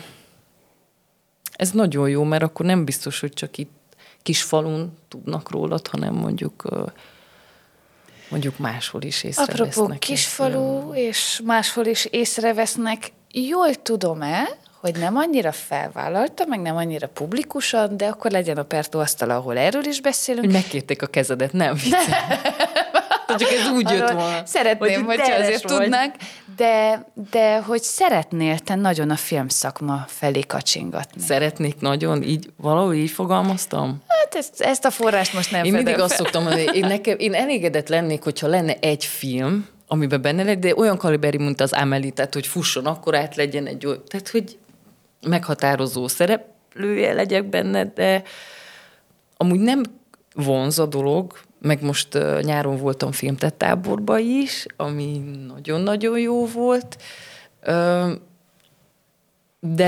ez nagyon jó, mert akkor nem biztos, hogy csak itt kis falun tudnak rólad, hanem mondjuk máshol is észrevesznek. Apropó kisfalu, és máshol is észrevesznek, jól tudom-e, hogy nem annyira felvállalta, meg nem annyira publikusan, de akkor legyen a Pertó asztala, ahol erről is beszélünk. Hogy megkérték a kezedet, nem? Csak ez úgy jött volna. Szeretném, hogyha azért tudnák, de hogy szeretnél te nagyon a filmszakma felé kacsingatni. Szeretnék nagyon? Így, valahogy így fogalmaztam? Hát ezt a forrást most nem fedem. Én mindig fel. azt szoktam mondani, én elégedett lennék, hogyha lenne egy film, amiben benne lett, de olyan kaliberi, mint az Amelie, tehát hogy fusson, akkor át legyen egy olyan, tehát hogy meghatározó szereplője legyek benne, de amúgy nem vonz a dolog, meg most nyáron voltam filmtettáborba is, ami nagyon-nagyon jó volt, de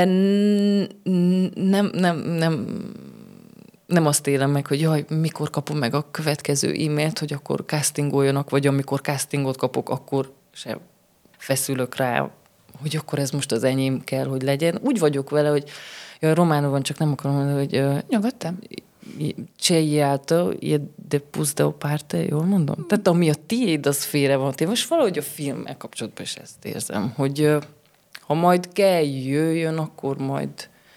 nem azt élem meg, hogy jaj, mikor kapom meg a következő e-mailt, hogy akkor castingoljanak, vagy amikor castingot kapok, akkor se feszülök rá, hogy akkor ez most az enyém kell, hogy legyen. Úgy vagyok vele, hogy jaj, Románovan csak nem akarom mondani, hogy nyugodtan. C'è altro, e depus da parte, jól mondom? Tehát ami a tiéd, az félre van téve. Most valahogy a filmmel kapcsolatban is ezt érzem, hogy ha majd kell jöjjön, akkor majd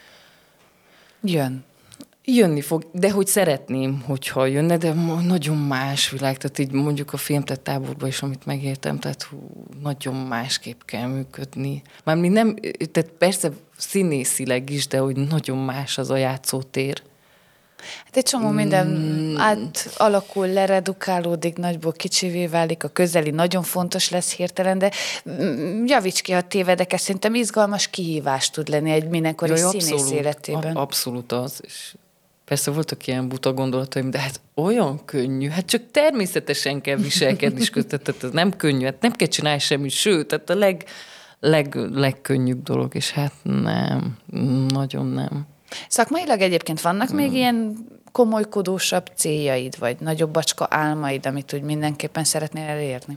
jönni fog, de hogy szeretném, hogyha jönne, de nagyon más világ, tehát így mondjuk a filmtettáborban is, amit megértem, tehát nagyon másképp kell működni. Mármint nem, tehát persze színészileg is, de hogy nagyon más az a játszótér. Hát egy csomó minden átalakul, leredukálódik, nagyból kicsivé válik, a közeli nagyon fontos lesz hirtelen, de javíts ki, ha tévedek, ez szerintem izgalmas kihívás tud lenni egy mindenkori színész életében. Abszolút az, és persze voltak ilyen buta gondolataim, de hát olyan könnyű, hát csak természetesen kell viselkedni, és tehát ez nem könnyű, hát nem kell csinálni semmit, sőt, tehát a legkönnyűbb dolog, és hát nem, nagyon nem. Szakmailag egyébként vannak még ilyen komolykodósabb céljaid, vagy nagyobb bacska álmaid, amit úgy mindenképpen szeretnél elérni?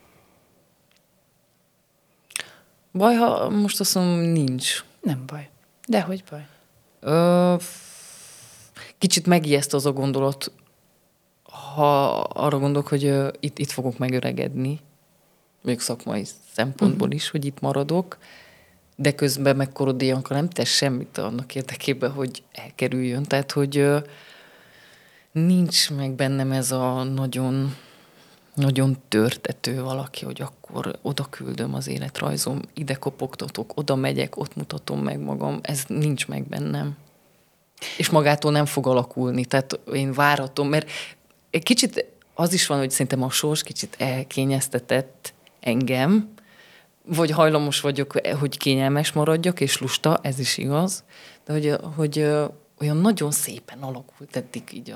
Baj, ha most azt mondom, nincs. Nem baj. Dehogy baj. Kicsit megijeszt az a gondolat, ha arra gondolok, hogy itt fogok megöregedni, még szakmai szempontból is, hogy itt maradok, de közben meg Korodéjanka nem tesz semmit annak érdekében, hogy elkerüljön. Tehát, hogy nincs meg bennem ez a nagyon nagyon törtető valaki, hogy akkor oda küldöm az életrajzom, ide kopogtatok, oda megyek, ott mutatom meg magam. Ez nincs meg bennem. És magától nem fog alakulni. Tehát én várhatom, mert egy kicsit az is van, hogy szerintem a sors kicsit elkényeztetett engem, vagy hajlamos vagyok, hogy kényelmes maradjak, és lusta, ez is igaz, de hogy olyan nagyon szépen alakult eddig így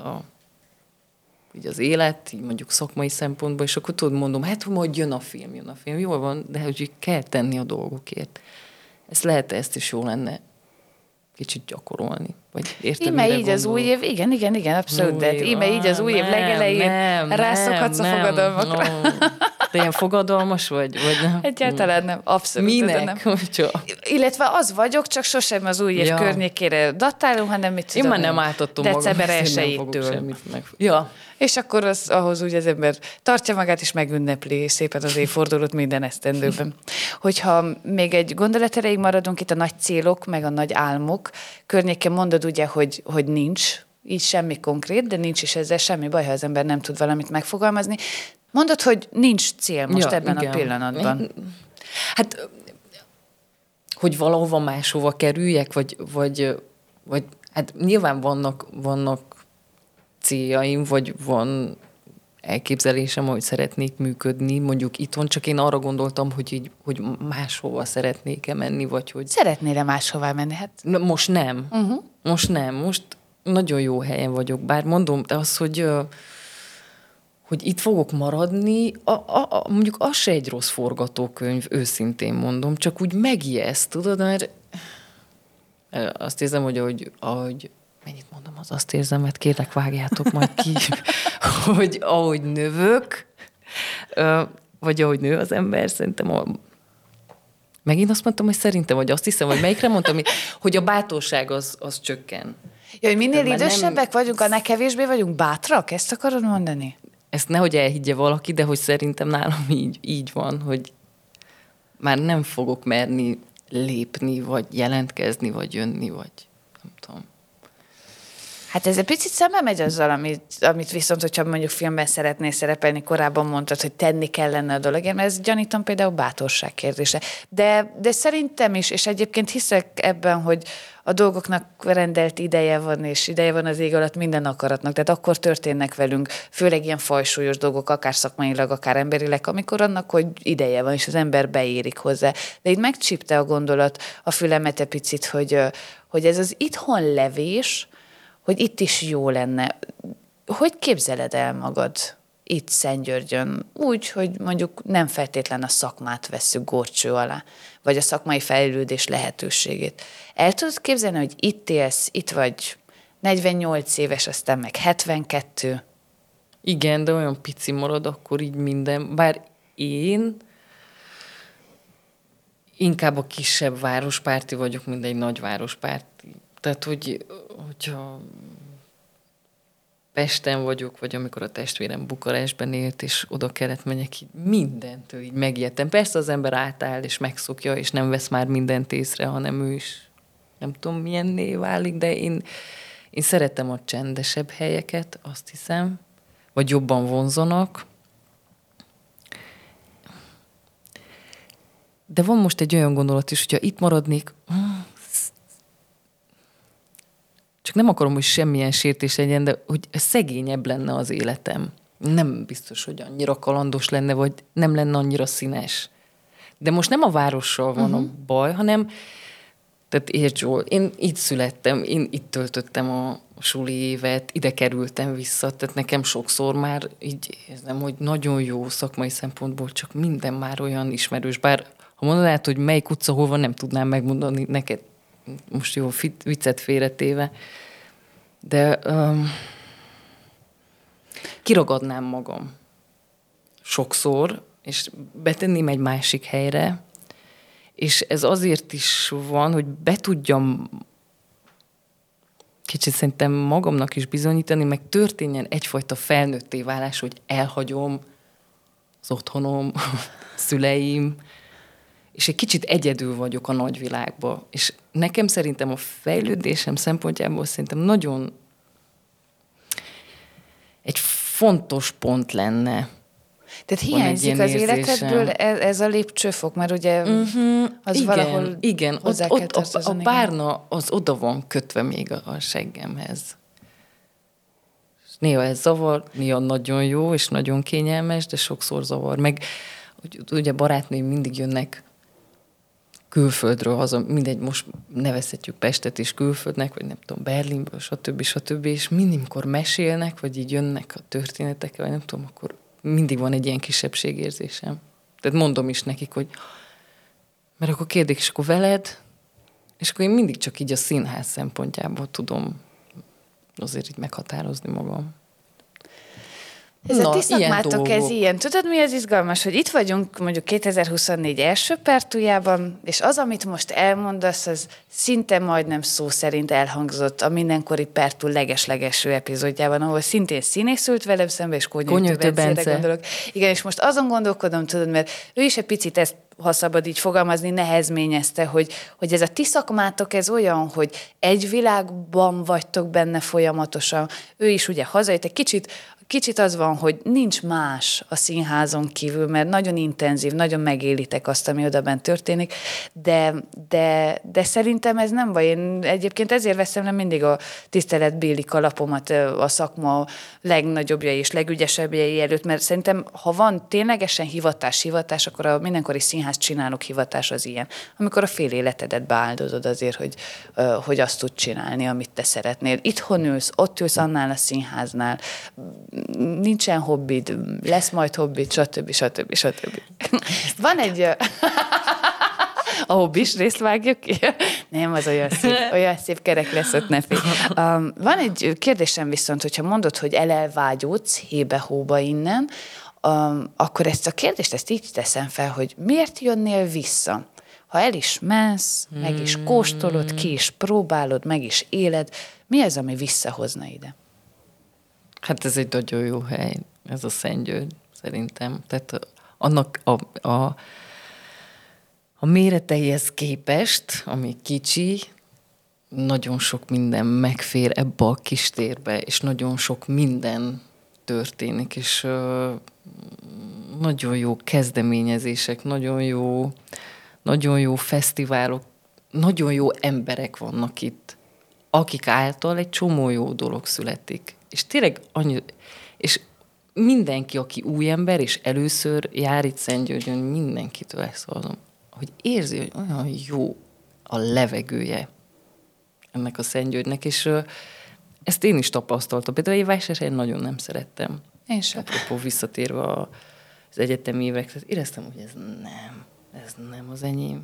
az élet, így mondjuk szakmai szempontból, és akkor tudod, mondom, hát majd jön a film, jól van, de hogy kell tenni a dolgokért. Ezt is jó lenne kicsit gyakorolni. Vagy értem, íme így az új év, igen, abszolút, de íme így az új év legelején rászokhatsz a fogadalmakra. De ilyen fogadalmas vagy nem? Egyáltalán nem, abszolút. Minek? Nem. Illetve az vagyok, csak sosem az új év környékére datálom, hanem mit tudom. Én már nem átadtam magam. December 1-től. Ja. És akkor ahhoz úgy az ember tartja magát, és megünnepli szépen az évfordulót minden esztendőben. Hogyha még egy gondolat erejéig maradunk itt a nagy célok, meg a nagy álmok, környéken mondod ugye, hogy nincs így semmi konkrét, de nincs is ezzel semmi baj, ha az ember nem tud valamit megfogalmazni. Mondod, hogy nincs cél most ebben a pillanatban. Hát, hogy valahova máshova kerüljek, vagy hát nyilván vannak céljaim, vagy van elképzelésem, hogy szeretnék működni, mondjuk itthon, csak én arra gondoltam, hogy máshova szeretnék-e menni, vagy hogy... Szeretnél-e máshová menni? Hát... Most nem. Most nagyon jó helyen vagyok, bár mondom, de az, hogy itt fogok maradni, mondjuk az se egy rossz forgatókönyv, őszintén mondom, csak úgy megijeszt, tudod, mert azt érzem, hogy ahogy mennyit mondom, azt érzem, mert kérlek, vágjátok majd ki, hogy ahogy növök, vagy ahogy nő az ember, szerintem megint azt mondtam, hogy szerintem, vagy azt hiszem, hogy melyikre mondtam, hogy a bátorság az csökken. Ja, hogy minél idősebbek vagyunk, annál kevésbé vagyunk bátrak? Ezt akarod mondani? Ezt nehogy elhiggye valaki, de hogy szerintem nálam így van, hogy már nem fogok merni lépni, vagy jelentkezni, vagy jönni, vagy nem tudom. Hát ez egy picit szembe megy azzal, amit viszont, hogyha mondjuk filmben szeretnél szerepelni, korábban mondtad, hogy tenni kellene a dologért, mert ez gyanítom például bátorság kérdése. De szerintem is, és egyébként hiszek ebben, hogy a dolgoknak rendelt ideje van, és ideje van az ég alatt minden akaratnak. Tehát akkor történnek velünk, főleg ilyen fajsúlyos dolgok, akár szakmailag, akár emberileg, amikor annak, hogy ideje van, és az ember beérik hozzá. De így megcsípte a gondolat a fülemet egy picit, hogy ez az itthon levés, hogy itt is jó lenne. Hogy képzeled el magad itt Szentgyörgyön? Úgy, hogy mondjuk nem feltétlen a szakmát vesszük górcső alá, vagy a szakmai fejlődés lehetőségét. El tudod képzelni, hogy itt élsz, itt vagy 48 éves, aztán meg 72? Igen, de olyan pici marad akkor így minden. Bár én inkább a kisebb várospárti vagyok, mint egy nagy várospárti. Tehát, hogyha Pesten vagyok, vagy amikor a testvérem Bukarestben élt, és oda kellett menjek, így mindentől így megijedtem. Persze az ember átáll, és megszokja, és nem vesz már mindent észre, hanem ő is nem tudom milyenné válik, de én szeretem a csendesebb helyeket, azt hiszem, vagy jobban vonzanak. De van most egy olyan gondolat is, hogyha itt maradnék, csak nem akarom, hogy semmilyen sértés legyen, de hogy szegényebb lenne az életem. Nem biztos, hogy annyira kalandos lenne, vagy nem lenne annyira színes. De most nem a várossal van a baj, hanem, tehát értsd jól, én itt születtem, én itt töltöttem a suli évet, ide kerültem vissza, tehát nekem sokszor már így érzem, hogy nagyon jó szakmai szempontból, csak minden már olyan ismerős. Bár ha mondanád, hogy melyik utca hol van, nem tudnám megmondani neked. Most jó, viccet félretéve, de kiragadnám magam sokszor, és betenném egy másik helyre, és ez azért is van, hogy be tudjam kicsit szerintem magamnak is bizonyítani, meg történjen egyfajta felnőtté válás, hogy elhagyom az otthonom, szüleim, és egy kicsit egyedül vagyok a nagyvilágban. És nekem szerintem a fejlődésem szempontjából szerintem nagyon egy fontos pont lenne, Tehát Van egy hiányzik ilyen az érzésem. életedből ez a lépcsőfok, mert ugye az Igen, valahol igen. hozzá kell A tartozni. párna az oda van kötve még a seggemhez. Néha ez zavar, néha nagyon jó és nagyon kényelmes, de sokszor zavar. Meg ugye barátnőim mindig jönnek külföldről haza, mindegy, most nevezhetjük Pestet is külföldnek, vagy nem tudom, Berlinből, stb. És mindig, amikor mesélnek, vagy így jönnek a történetekkel, vagy nem tudom, akkor mindig van egy ilyen kisebbségérzésem. Tehát mondom is nekik, hogy mert akkor kérdik, és akkor veled, és akkor én mindig csak így a színház szempontjából tudom azért így meghatározni magam. Ez a ti szakmátok, dolgok. ez ilyen. Tudod, mi az izgalmas, hogy itt vagyunk mondjuk 2024 első pertújában, és az, amit most elmondasz, az szinte majdnem szó szerint elhangzott a mindenkori Pertú legeslegeső epizódjában, ahol szintén színész ült velem szembe, és Konyoltő Bencére gondolok. Igen, és most azon gondolkodom, tudod, mert ő is egy picit ezt, ha szabad így fogalmazni, nehezményezte, hogy ez a ti szakmátok, ez olyan, hogy egy világban vagytok benne folyamatosan. Ő is ugye hazajött, egy kicsit az van, hogy nincs más a színházon kívül, mert nagyon intenzív, nagyon megélitek azt, ami oda bent történik, de szerintem ez nem baj. Én egyébként ezért veszem le mindig a tiszteletbéli kalapomat a szakma legnagyobbjai és legügyesebbjei előtt, mert szerintem, ha van ténylegesen hivatás, akkor a mindenkori színház csinálók hivatás az ilyen, amikor a fél életedet beáldozod azért, hogy azt tud csinálni, amit te szeretnél. Itthon ülsz, ott ülsz annál a színháznál, nincsen hobbid, lesz majd hobbid, stb. Van egy... A hobbis részt vágjuk ki? Nem, az olyan szép kerek lesz ott, ne félj. Van egy kérdésem viszont, hogyha mondod, hogy elvágyódsz hébe-hóba innen, akkor ezt a kérdést így teszem fel, hogy miért jönnél vissza? Ha el is mensz, meg is kóstolod, ki is próbálod, meg is éled, mi az, ami visszahozna ide? Hát ez egy nagyon jó hely, ez a Szentgyörgy, szerintem. Tehát annak a méreteihez képest, ami kicsi, nagyon sok minden megfér ebbe a kis térbe, és nagyon sok minden történik, és nagyon jó kezdeményezések, nagyon jó fesztiválok, nagyon jó emberek vannak itt, akik által egy csomó jó dolog születik. És tényleg és mindenki, aki új ember, és először jár itt Szentgyörgyön, mindenkitől ezt hallom, hogy érzi, hogy olyan jó a levegője ennek a Szentgyörgynek, és ezt én is tapasztaltam. Például én Vásárhelyen nagyon nem szerettem. Én sem. Apropó visszatérve az egyetemi évekre, éreztem, hogy ez nem az enyém.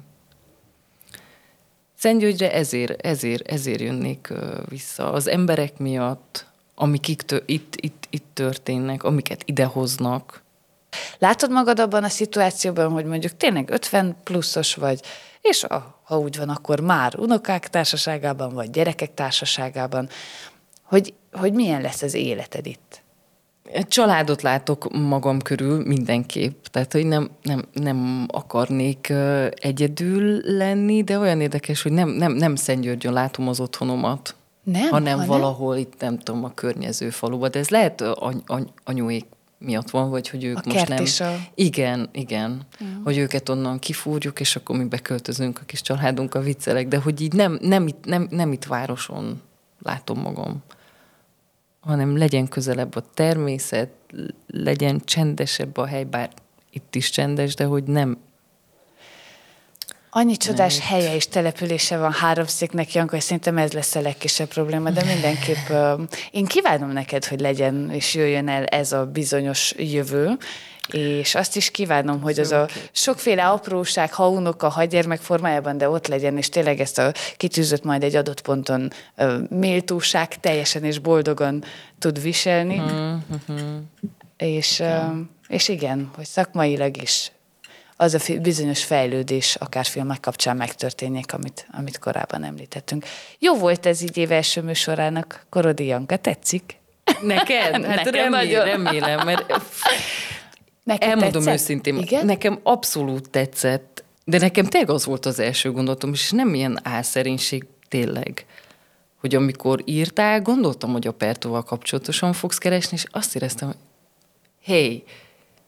Szentgyörgyre ezért jönnék vissza. Az emberek miatt, amik itt történnek, amiket idehoznak. Látod magad abban a szituációban, hogy mondjuk tényleg 50 pluszos vagy, és ha úgy van, akkor már unokák társaságában, vagy gyerekek társaságában, hogy milyen lesz az életed itt? Családot látok magam körül mindenképp, tehát hogy nem akarnék egyedül lenni, de olyan érdekes, hogy nem Szentgyörgyön látom az otthonomat, hanem valahol itt, nem tudom, a környező faluban. De ez lehet anyuék miatt van, vagy hogy ők a most nem... Is a... Igen. Hogy őket onnan kifúrjuk, és akkor mi beköltözünk a kis családunkkal, viccelek, de hogy így nem itt városon látom magam, hanem legyen közelebb a természet, legyen csendesebb a hely, bár itt is csendes, de hogy nem. Annyi csodás helye és települése van Háromszéknek, Janka, és szerintem ez lesz a legkisebb probléma, de mindenképp én kívánom neked, hogy legyen és jöjjön el ez a bizonyos jövő, és azt is kívánom, hogy az a sokféle apróság, ha unoka, ha gyermek formájában, de ott legyen, és tényleg ezt a kitűzött majd egy adott ponton méltóság teljesen és boldogan tud viselni. És igen, hogy szakmailag is az a bizonyos fejlődés akár filmek kapcsán megtörténjék, amit korábban említettünk. Jó volt ez így év első műsorának, Korodi Janka, tetszik? Neked? Hát remélem, mert neked elmondom tetszett? Őszintén, Igen? Nekem abszolút tetszett, de nekem tényleg az volt az első gondolatom, és nem ilyen álszerénység tényleg, hogy amikor írtál, gondoltam, hogy a Pertóval kapcsolatosan fogsz keresni, és azt éreztem, hogy hey,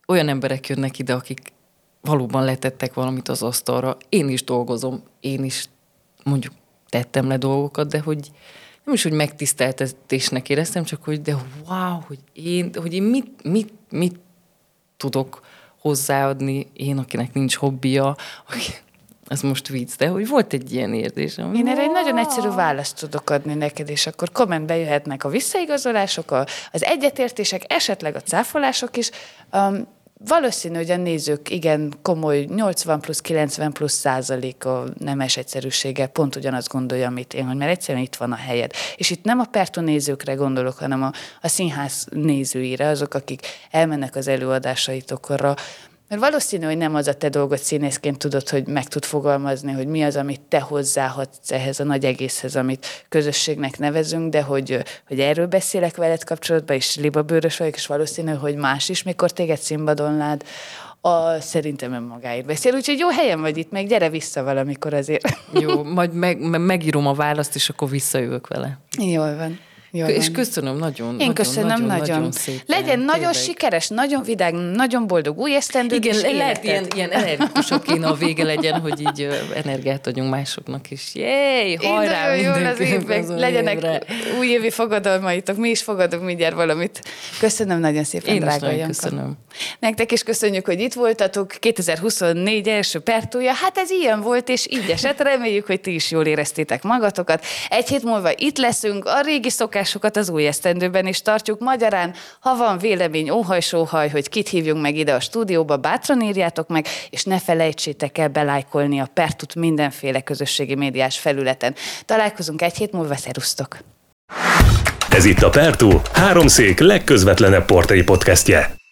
olyan emberek jönnek ide, akik valóban letettek valamit az asztalra. Én is dolgozom, én is mondjuk tettem le dolgokat, de hogy nem is, hogy megtiszteltetésnek éreztem, csak hogy de wow, hogy én mit tudok hozzáadni, én, akinek nincs hobbija, ez most vicc, de hogy volt egy ilyen érzésem. Én erre egy nagyon egyszerű választ tudok adni neked, és akkor kommentbe jöhetnek a visszaigazolások, az egyetértések, esetleg a cáfolások is. Valószínű, hogy a nézők igen komoly 80 plusz 90 plusz százaléka nemes egyszerűséggel pont ugyanazt gondolja, amit én, hogy mert egyszerűen itt van a helyed. És itt nem a Pertú nézőkre gondolok, hanem a színház nézőire, azok, akik elmennek az előadásaitokra. Mert valószínű, hogy nem az a te dolgod színészként tudod, hogy meg tud fogalmazni, hogy mi az, amit te hozzáadsz ehhez a nagy egészhez, amit közösségnek nevezünk, de hogy erről beszélek veled kapcsolatban, és libabőrös vagyok, és valószínű, hogy más is, mikor téged színpadon lát, szerintem önmagáért beszél. Úgyhogy jó helyen vagy itt, meg gyere vissza valamikor azért. Jó, majd megírom a választ, és akkor visszajövök vele. Jól van. És köszönöm nagyon. Én köszönöm nagyon. Szépen. Legyen nagyon sikeres, nagyon vidám, nagyon boldog új esztendőt. Igen, lehet ilyen energikusabb kéne a vége legyen, hogy így energiát adjunk másoknak is. Jéj, hajrá mindenkinek. Legyenek újévi fogadalmaitok, mi is fogadunk mindjárt valamit. Köszönöm nagyon szépen, én drága Janka. Köszönöm. Nektek is köszönjük, hogy itt voltatok. 2024 első Pertúja. Hát ez ilyen volt, és így esett. Reméljük, hogy ti is jól éreztétek magatokat. Egy hét múlva itt leszünk, a régi szokásokat az új esztendőben is tartjuk. Magyarán, ha van vélemény, óhaj-sóhaj, hogy kit hívjunk meg ide a stúdióba, bátran írjátok meg, és ne felejtsétek el belájkolni a Pertút mindenféle közösségi médiás felületen. Találkozunk egy hét múlva, szerusztok! Ez itt a Pertú, háromszék legközvetlenebb portré podcastje.